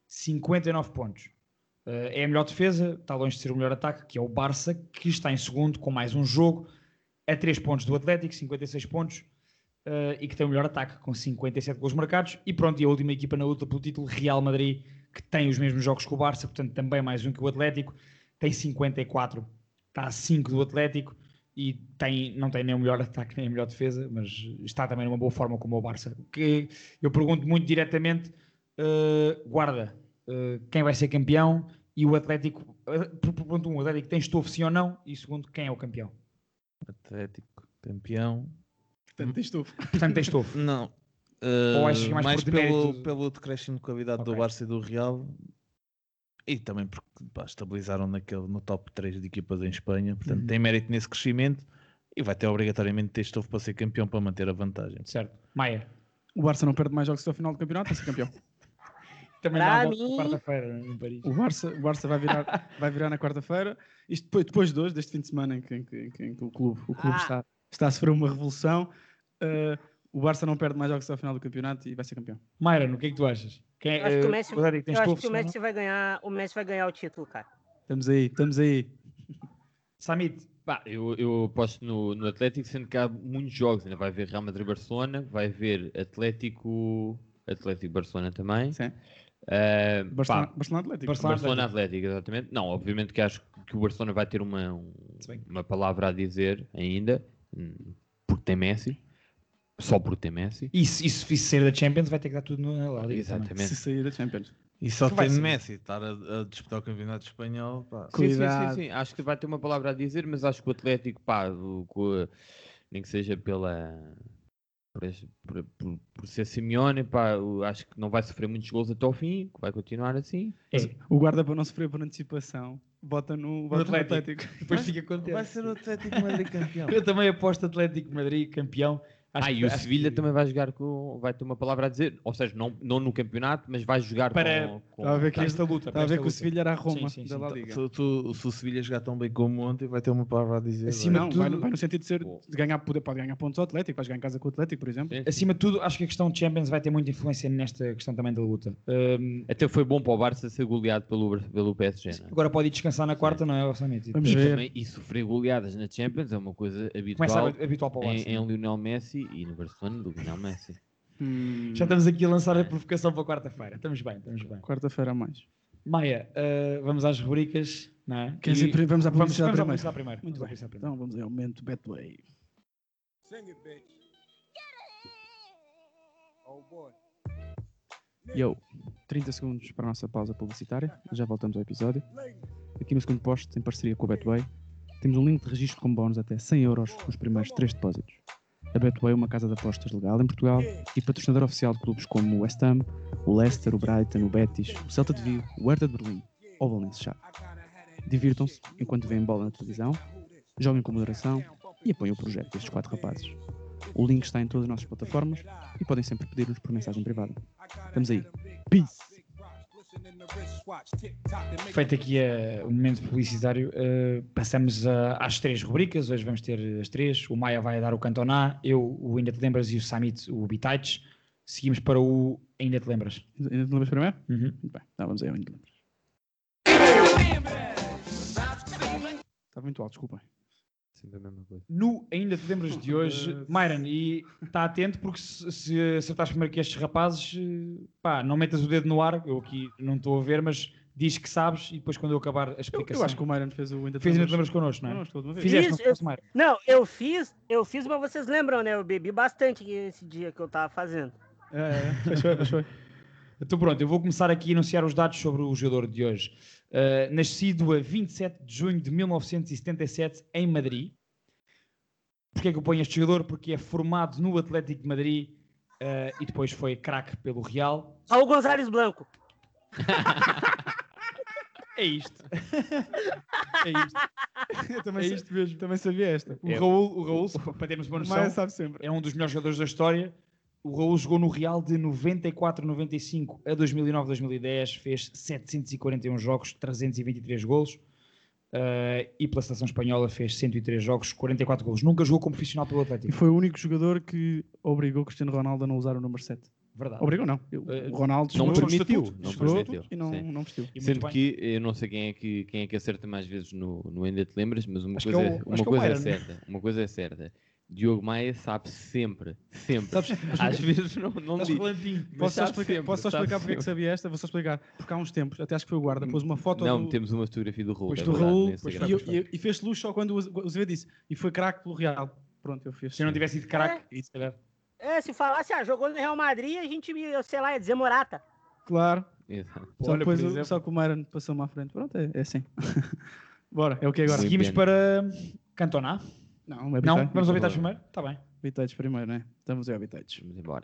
59 pontos. É a melhor defesa, está longe de ser o melhor ataque, que é o Barça, que está em segundo com mais um jogo, a 3 pontos do Atlético, 56 pontos, e que tem o melhor ataque, com 57 golos marcados. E pronto, e a última equipa na luta pelo título, Real Madrid, que tem os mesmos jogos que o Barça, portanto também mais um que o Atlético, tem 54, está a 5 do Atlético e não tem nem o melhor ataque nem a melhor defesa, mas está também numa boa forma como o Barça. Que eu pergunto muito diretamente, guarda, quem vai ser campeão? E o Atlético, ponto 1, o Atlético tem estofo sim ou não? E segundo, quem é o campeão? Atlético, campeão. Portanto tem estofo. Não. Ou achas que mais pelo decréscimo de qualidade do Barça e do Real, e também porque estabilizaram no top 3 de equipas em Espanha, portanto tem mérito nesse crescimento e vai ter obrigatoriamente ter estofo para ser campeão, para manter a vantagem. Certo. Maia. O Barça não perde mais jogos até ao final do campeonato para ser campeão. Também dá a volta na quarta-feira em Paris. O Barça vai virar na quarta-feira, isto depois de hoje, deste fim de semana em que o clube está a sofrer uma revolução. O Barça não perde mais jogos até ao final do campeonato e vai ser campeão. Myron, o que é que tu achas? Eu acho que o Messi vai ganhar o título, cara. Estamos aí. Samit. Eu aposto no Atlético, sendo que há muitos jogos. Ainda vai haver Real Madrid-Barcelona, vai haver Atlético-Barcelona também. Sim. Barcelona-Atlético. Barcelona-Atlético, exatamente. Não, obviamente que acho que o Barcelona vai ter uma palavra a dizer ainda, porque tem Messi. Só por ter Messi. E se sair da Champions vai ter que dar tudo na Liga. Exatamente. Se sair da Champions. E só tem Messi estar a disputar o campeonato espanhol. Pá. Sim. Acho que vai ter uma palavra a dizer, mas acho que o Atlético, nem que seja por ser Simeone, acho que não vai sofrer muitos gols até ao fim, que vai continuar assim. O guarda, para não sofrer por antecipação, bota no Atlético. Depois fica contente. Vai ser o Atlético de Madrid campeão. Eu também aposto Atlético de Madrid campeão. E o Sevilha também vai jogar vai ter uma palavra a dizer, ou seja, não no campeonato, mas vai jogar com esta luta. Está a ver que o Sevilha era a Roma da La Liga. Se o Sevilha jogar tão bem como ontem, vai ter uma palavra a dizer. Vai no sentido de ganhar, pode ganhar pontos ao Atlético, vai jogar em casa com o Atlético, por exemplo. Acima de tudo, acho que a questão de Champions vai ter muita influência nesta questão também da luta. Até foi bom para o Barça ser goleado pelo PSG. Não é? Agora pode ir descansar na quarta, não é? Vamos ver. E sofrer goleadas na Champions é uma coisa habitual. Começa habitual para o Barça. Em Lionel Messi e no Barcelona do Lionel Messi. Já estamos aqui a lançar a provocação para quarta-feira. Estamos bem. Quarta-feira a mais. Maia, vamos às rubricas, não é? Vamos à publicidade primeiro. Muito bem. Então vamos ao momento Betway. Sing it, bitch. Oh boy. 30 segundos para a nossa pausa publicitária. Já voltamos ao episódio. Aqui no segundo posto, em parceria com o Betway, temos um link de registro com bónus até 100 € nos primeiros 3 depósitos. A Betway é uma casa de apostas legal em Portugal e patrocinador oficial de clubes como o West Ham, o Leicester, o Brighton, o Betis, o Celta de Vigo, o Hertha de Berlim ou o Valencia. Divirtam-se enquanto veem bola na televisão, joguem com moderação e apoiem o projeto destes 4 rapazes. O link está em todas as nossas plataformas e podem sempre pedir-nos por mensagem privada. Estamos aí. Peace! Feito aqui o momento publicitário, passamos às 3 rubricas. Hoje vamos ter as 3. O Maia vai dar o Cantona, eu o Ainda Te Lembras e o Samit o Bitites. Seguimos para o Ainda Te Lembras. Ainda Te Lembras primeiro? Uhum. Bem, então vamos aí ao Ainda Te Lembras. Está muito alto, desculpem. Sempre a mesma coisa. No Ainda Te Lembras de hoje, Myron, e está atento porque se acertares primeiro que estes rapazes, pá, não metas o dedo no ar, eu aqui não estou a ver, mas diz que sabes e depois quando eu acabar a explicação... Eu acho que o Myron fez o Ainda Te Lembras connosco, não é? Connosco, toda uma vez. Fizeste, não fosse Myron. Não, eu fiz, mas vocês lembram, né? Eu bebi bastante esse dia que eu tava fazendo. Fechou. Então pronto, eu vou começar aqui a anunciar os dados sobre o jogador de hoje. Nascido a 27 de junho de 1977 em Madrid. Porquê é que eu ponho este jogador? Porque é formado no Atlético de Madrid e depois foi craque pelo Real. Raul González Blanco. É isto. Eu também sabia esta. O Raul, para termos uma noção, Maia sabe sempre. é um dos melhores jogadores da história. O Raul jogou no Real de 94-95 a 2009-2010, fez 741 jogos, 323 golos. E pela seleção espanhola fez 103 jogos, 44 golos. Nunca jogou como profissional pelo Atlético. E foi o único jogador que obrigou Cristiano Ronaldo a não usar o número 7. Verdade. Obrigou não. O Ronaldo não permitiu. E não vestiu. Sendo que eu não sei quem é que acerta mais vezes no Ainda Te Lembras, mas uma coisa é certa. Diogo Maia sabe sempre. Às vezes não diz. Posso só explicar porque é que sabia esta? Vou só explicar. Porque há uns tempos, até acho que foi o guarda, pôs uma foto temos uma fotografia do Raul. E fez luz só quando o Azevedo disse. E foi craque pelo Real. Pronto, eu fiz. Se eu não tivesse sido craque, se calhar. Se falasse, jogou no Real Madrid, a gente, sei lá, ia dizer Morata. Claro. Exato. Só que o Myron passou-me à frente. Pronto, é assim. Bora, é o que agora? Seguimos para Cantona. Não, vamos ao Bitites primeiro? Está bem. Bitites primeiro, né? Estamos aí ao Bitites. Vamos embora.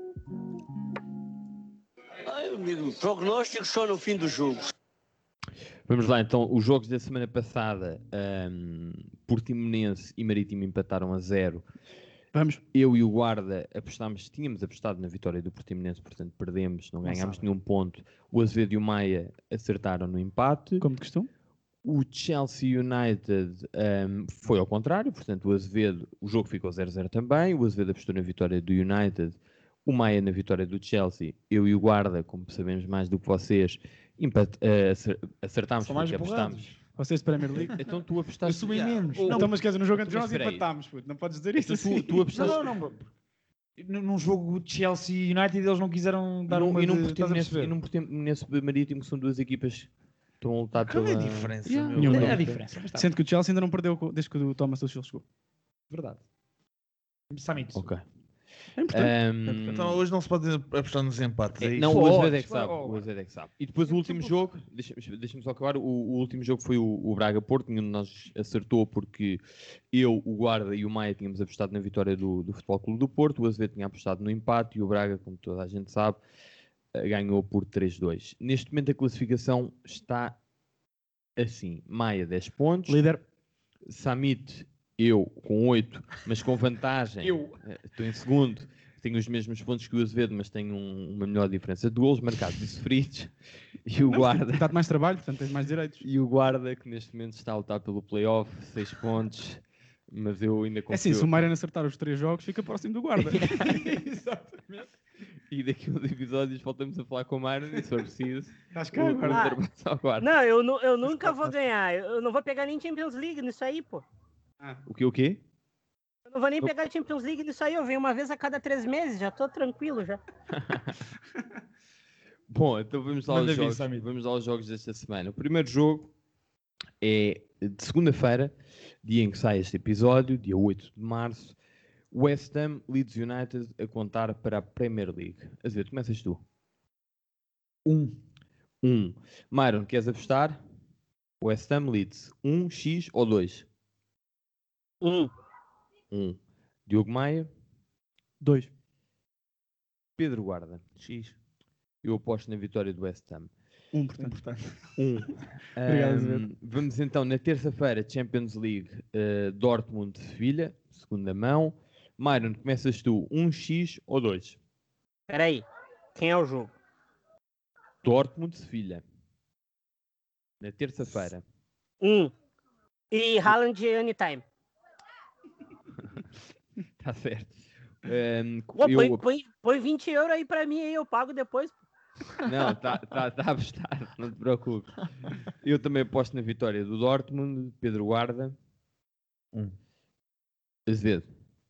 Ai, amigo, prognóstico só no fim do jogo. Vamos lá, então. Os jogos da semana passada, Portimonense e Marítimo empataram a 0. Vamos. Eu e o Guarda tínhamos apostado na vitória do Portimonense, portanto perdemos, não ganhámos nenhum ponto. O Azevedo e o Maia acertaram no empate. Como de costume. O Chelsea United foi ao contrário, portanto o jogo ficou 0-0 também. O Azevedo apostou na vitória do United, o Maia na vitória do Chelsea. Eu e o Guarda, como sabemos mais do que vocês, acertámos porque apostámos. Vocês de Premier League? Então tu apostaste... Eu sumi menos. Então, mas quer dizer, no jogo entre nós empatámos, puto. Não podes dizer isso assim. Tu apostaste... Não. Num jogo Chelsea United eles não quiseram dar uma... E num Portimonense Marítimo, que são duas equipas... Estão a lutar pela... Qual é a diferença? Nenhuma é a diferença. Sendo que o Chelsea ainda não perdeu desde que o Thomas Tuchel chegou. Verdade. Samit. Ok. É importante. Então hoje não se pode apostar nos empates. Não, o Azevedo é que sabe. E depois o último jogo, deixa-me só acabar, o último jogo foi o Braga-Porto, nenhum de nós acertou porque eu, o Guarda e o Maia tínhamos apostado na vitória do Futebol Clube do Porto, o Azevedo tinha apostado no empate e o Braga, como toda a gente sabe, ganhou por 3-2. Neste momento a classificação está assim. Maia 10 pontos. Líder. Samit, eu com 8, mas com vantagem. Estou em segundo. Tenho os mesmos pontos que o Azevedo, mas tenho uma melhor diferença de golos marcados e sofridos. E o Guarda... Dá-te mais trabalho, portanto tens mais direitos. E o Guarda, que neste momento está a lutar pelo play-off, 6 pontos. Mas eu ainda confio... É assim, se o Myron acertar os 3 jogos, fica próximo do Guarda. Exatamente. E daqui a uns episódios voltamos a falar com o Myron e se for preciso. Estás cá, Guarda. Não, eu nunca vou ganhar. Eu não vou pegar nem Champions League nisso aí, pô. O quê? Eu não vou nem pegar Champions League nisso aí. Eu venho uma vez a cada 3 meses, já tô tranquilo já. Bom, então vamos lá aos jogos desta semana. O primeiro jogo é de segunda-feira, dia em que sai este episódio, dia 8 de março. West Ham, Leeds United a contar para a Premier League. Azevedo, começas tu. 1. Myron, queres apostar? West Ham, Leeds. 1x ou 2? 1. Diogo Maia. 2. Pedro Guarda. X. Eu aposto na vitória do West Ham. 1, portanto. 1. Obrigado, Azevedo. Vamos então na terça-feira, Champions League, Dortmund-Sevilha, segunda mão. Myron, começas tu, 1x ou 2? Espera aí. Quem é o jogo? Dortmund-Sevilha. Na terça-feira. 1. E Haaland anytime. Tá certo. Põe 20 euros aí pra mim, aí eu pago depois. Não, tá apostado, não te preocupes. Eu também aposto na vitória do Dortmund, Pedro Guarda. 1. Azevedo.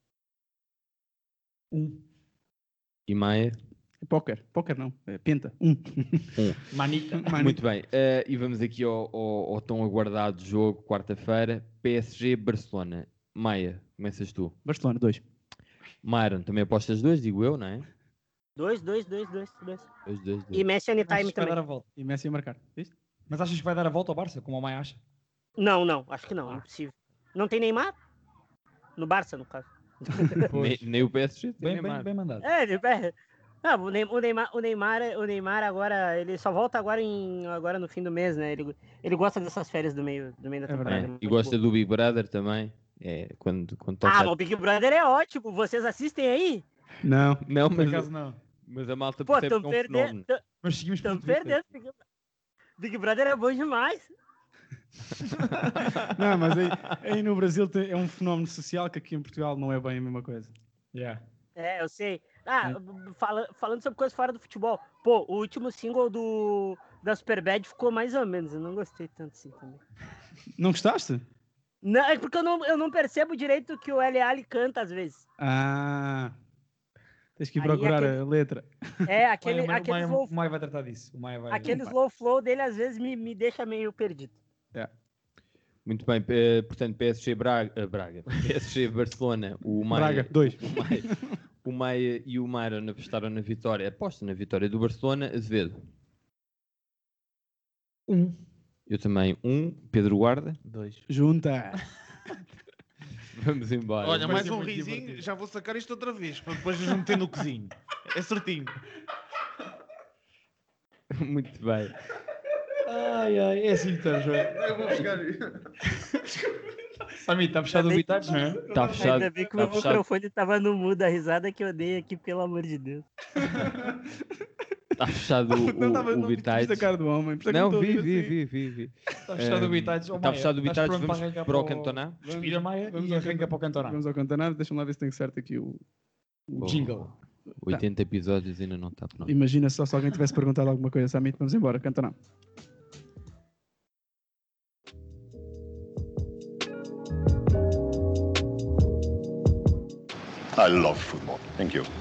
1. E Maia. Póquer não, é penta. 1. Manita. Muito bem, e vamos aqui ao tão aguardado jogo, quarta-feira, PSG-Barcelona. Maia, começas tu. Barcelona, 2. Myron, também apostas 2, digo eu, não é? 2. 2. E Messi anytime também. E Messi a marcar. Viste? Mas achas que vai dar a volta ao Barça, como o Maia acha? Não, acho que não, impossível. Não tem Neymar? No Barça, no caso. nem o PSG tem bem, Neymar. bem mandado. Não, o Neymar agora, ele só volta agora no fim do mês, né? Ele gosta dessas férias do meio da temporada. E gosta do Big Brother também. Quando toca... mas o Big Brother é ótimo. Vocês assistem aí? Não, por acaso não. Mas a malta percebe que é um fenómeno. Mas seguimos Estão perdendo. Big Brother é bom demais. Não, mas aí no Brasil é um fenómeno social que aqui em Portugal não é bem a mesma coisa. Yeah. Eu sei. Falando sobre coisas fora do futebol. Pô, o último single da Superbad ficou mais ou menos. Eu não gostei tanto assim também. Não gostaste? Não, é porque eu não percebo direito o que o L.A. canta às vezes. Tens que ir procurar a letra. O Maia vai tratar disso. Aquele slow flow dele às vezes me deixa meio perdido. Muito bem, portanto, PSG Braga, PSG Barcelona, o Maia, Braga, 2. O Maia e o Myron apostaram na vitória, aposta na vitória do Barcelona. Azevedo. 1. Eu também 1. Pedro Guarda. 2. Junta. Vamos embora. Olha, mais um risinho, já vou sacar isto outra vez, para depois nos meter no cozinho. É certinho. Muito bem. É assim que estás, João. Eu vou buscar. Samir, está fechado o Bitates, não é? Está fechado. Ainda bem que o meu microfone estava no mudo, a risada que eu dei aqui, pelo amor de Deus. Está fechado o Bitates. cara do homem. Não, vi. Está fechado o Bitates. Está fechado o Bitates, vamos para o Cantona. Respira, Maia, e arranca para o Cantona. Vamos ao Cantona, deixa-me lá ver se tem certo aqui o jingle. 80 episódios ainda não está pronto. Imagina só se alguém tivesse perguntado alguma coisa, Samit, vamos embora, Cantona. I love football. Thank you.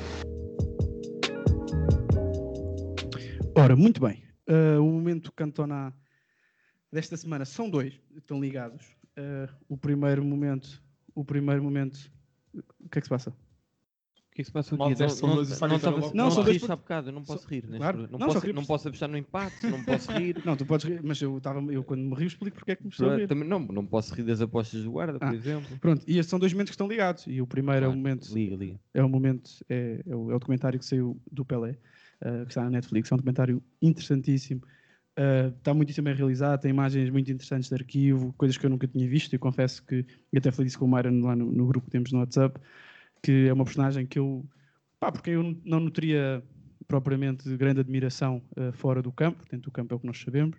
Ora, muito bem. O momento Cantona desta semana são 2, estão ligados. O primeiro momento. O que é que se passa? O que é que se passa aqui? Não, só riste há bocado, eu não posso rir. Claro. Não posso apostar no empate, não posso rir. Não, tu podes rir, mas eu quando me rio explico porque é que me estou a rir. Também não posso rir das apostas do Guarda, por exemplo. Pronto, e estes são 2 momentos que estão ligados. E o primeiro é o momento... Liga. É o momento, é o documentário que saiu do Pelé, que está na Netflix. É um documentário interessantíssimo. Está muito bem realizado, tem imagens muito interessantes de arquivo, coisas que eu nunca tinha visto, e confesso que, e até falei isso com o Myron lá no grupo que temos no WhatsApp, que é uma personagem que porque eu não nutria propriamente grande admiração fora do campo, portanto o campo é o que nós sabemos.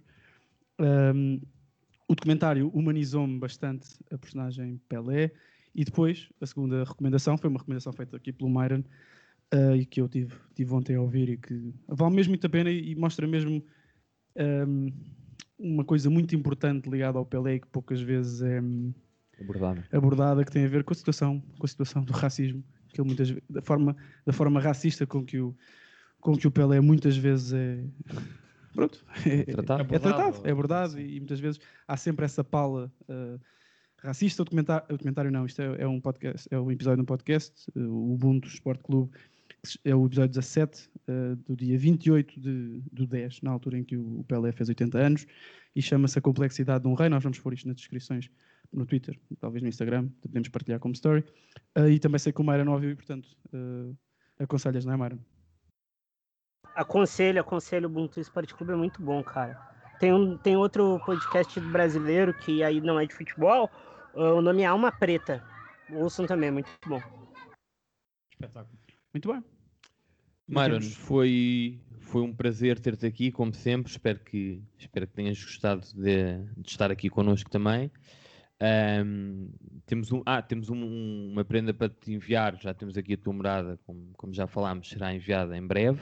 O documentário humanizou-me bastante a personagem Pelé, e depois a segunda recomendação foi uma recomendação feita aqui pelo Myron, e que eu tive ontem a ouvir, e que vale mesmo muito a pena e mostra mesmo uma coisa muito importante ligada ao Pelé, que poucas vezes é abordada, que tem a ver com a situação do racismo, que ele muitas vezes, da forma racista com que o Pelé muitas vezes é tratado, é abordado, e muitas vezes há sempre essa pala racista. O documentário não, isto é um podcast, é um episódio de um podcast, o Ubuntu Sport Clube, que é o episódio 17, do dia 28 do 10, na altura em que o Pelé fez 80 anos, e chama-se A Complexidade de um Rei. Nós vamos pôr isto nas descrições no Twitter, talvez no Instagram, podemos partilhar como story. E também sei que o Mayra não ouviu e, portanto, aconselhas, não é, Mayra? Aconselho, o Ubuntu Esporte Clube é muito bom, cara. Tem outro podcast brasileiro que aí não é de futebol, o nome é Alma Preta. Ouçam também, é muito bom. Espetáculo. Muito bem. Myron, foi um prazer ter-te aqui, como sempre. Espero que tenhas gostado de estar aqui connosco também. Temos uma prenda para te enviar. Já temos aqui a tua morada, como já falámos, será enviada em breve.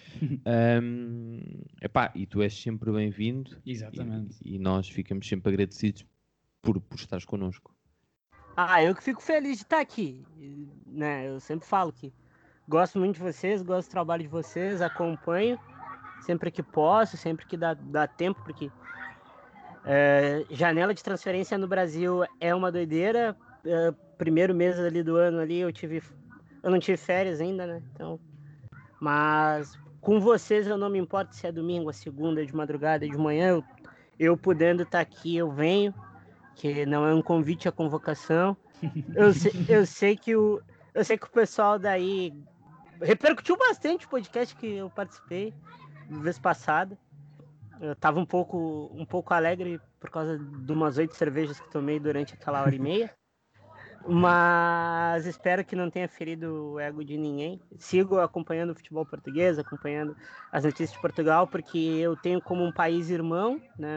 E tu és sempre bem-vindo. Exatamente. E nós ficamos sempre agradecidos por estares connosco. Eu que fico feliz de estar aqui, né? Eu sempre falo que gosto muito de vocês, gosto do trabalho de vocês, acompanho sempre que posso, sempre que dá tempo, porque janela de transferência no Brasil é uma doideira. Primeiro mês ali do ano ali eu não tive férias ainda, né? Então, mas com vocês eu não me importo se é domingo, a segunda, de madrugada, de manhã, eu podendo estar aqui, eu venho, que não é um convite à convocação. Eu sei que o pessoal daí repercutiu bastante o podcast que eu participei vez passada. Eu tava um pouco alegre por causa de umas 8 cervejas que tomei durante aquela hora e meia. Mas espero que não tenha ferido o ego de ninguém. Sigo acompanhando o futebol português, acompanhando as notícias de Portugal, porque eu tenho como um país irmão, né?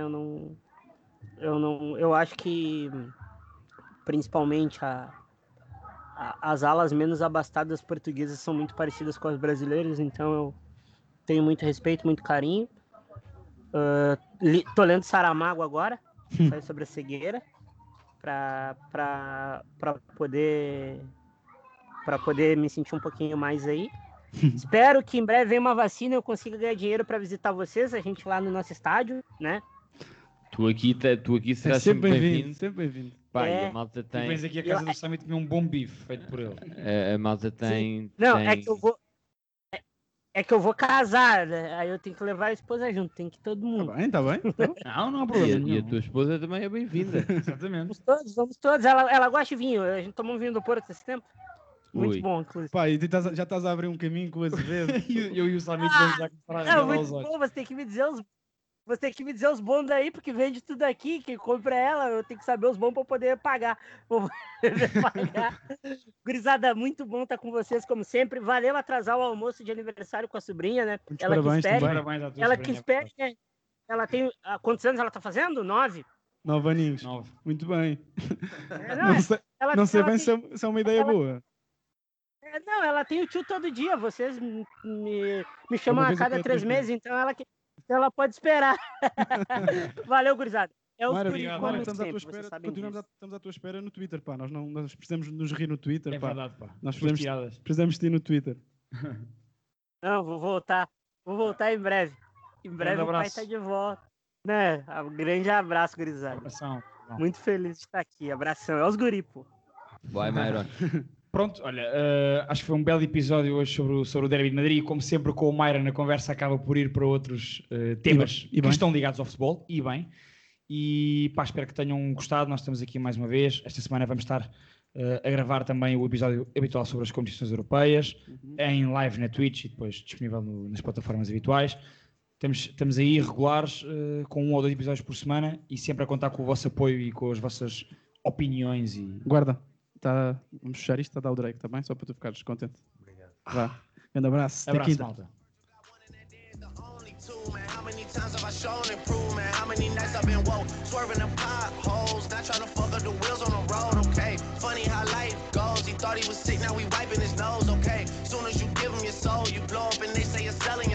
Eu acho que principalmente as alas menos abastadas portuguesas são muito parecidas com as brasileiras, então eu tenho muito respeito, muito carinho. Tô lendo Saramago agora, sai sobre a cegueira, para poder me sentir um pouquinho mais aí. Espero que em breve venha uma vacina e eu consiga ganhar dinheiro para visitar vocês, a gente lá no nosso estádio, né? Tu aqui serás sempre bem-vindo. Sempre bem-vindo. Pá, e a malta tem... Tu vens aqui a casa do Samit comer um bom bife feito por ele. A malta tem... Não, tem... É que eu vou casar, né? Aí eu tenho que levar a esposa junto, tem que ir todo mundo. Tá bem. Não há problema nenhum. E a tua esposa também é bem-vinda. Exatamente. Vamos todos. Ela gosta de vinho. A gente tomou um vinho do Porto esse tempo. Muito bom, inclusive. Pá, e já estás a abrir um caminho com o Azevedo. Eu e o Samit vamos já comprar a muito bom, você tem que me dizer os bons daí, porque vende tudo aqui, quem compra ela, eu tenho que saber os bons para poder pagar. Gurizada, muito bom estar com vocês, como sempre. Valeu atrasar o almoço de aniversário com a sobrinha, né? Muitos parabéns também. Ela que espere, né? Ela tem... Quantos anos ela tá fazendo? 9? 9 aninhos. 9. Muito bem. Não sei bem se é uma ideia boa. Não, ela tem o tio todo dia. Vocês me chamam a cada 3 meses, então ela pode esperar. Valeu, gurizada. É os Mário, estamos à tua espera no Twitter, pá. Nós precisamos nos rir no Twitter, pá. É verdade, pá. Nós precisamos de ir no Twitter. Não, vou voltar em breve. Em breve o pai tá de volta. Né? Um grande abraço, gurizada. Abração. Muito feliz de estar aqui. Abração. É os guri, pô. Vai, Myron. Pronto, olha, acho que foi um belo episódio hoje sobre o Derby de Madrid e como sempre com o Myron a conversa acaba por ir para outros temas que estão ligados ao futebol, e bem. E pá, espero que tenham gostado, nós estamos aqui mais uma vez. Esta semana vamos estar a gravar também o episódio habitual sobre as competições europeias, em live na Twitch e depois disponível nas plataformas habituais. Estamos aí regulares, com 1 ou 2 episódios por semana e sempre a contar com o vosso apoio e com as vossas opiniões. Guarda. Vamos fechar isto a dar o Drake também, só para tu ficares contente. Obrigado. Vá. Grande abraço. Abraço, malta. How many times have I shown improvement? How many nights I've been woke, swerving the potholes, not trying to fuck up the wheels on the road, okay? Funny how life goes, he thought he was sick, now we wiping his nose, okay? Soon as you give him your soul, you blow up and they say you're selling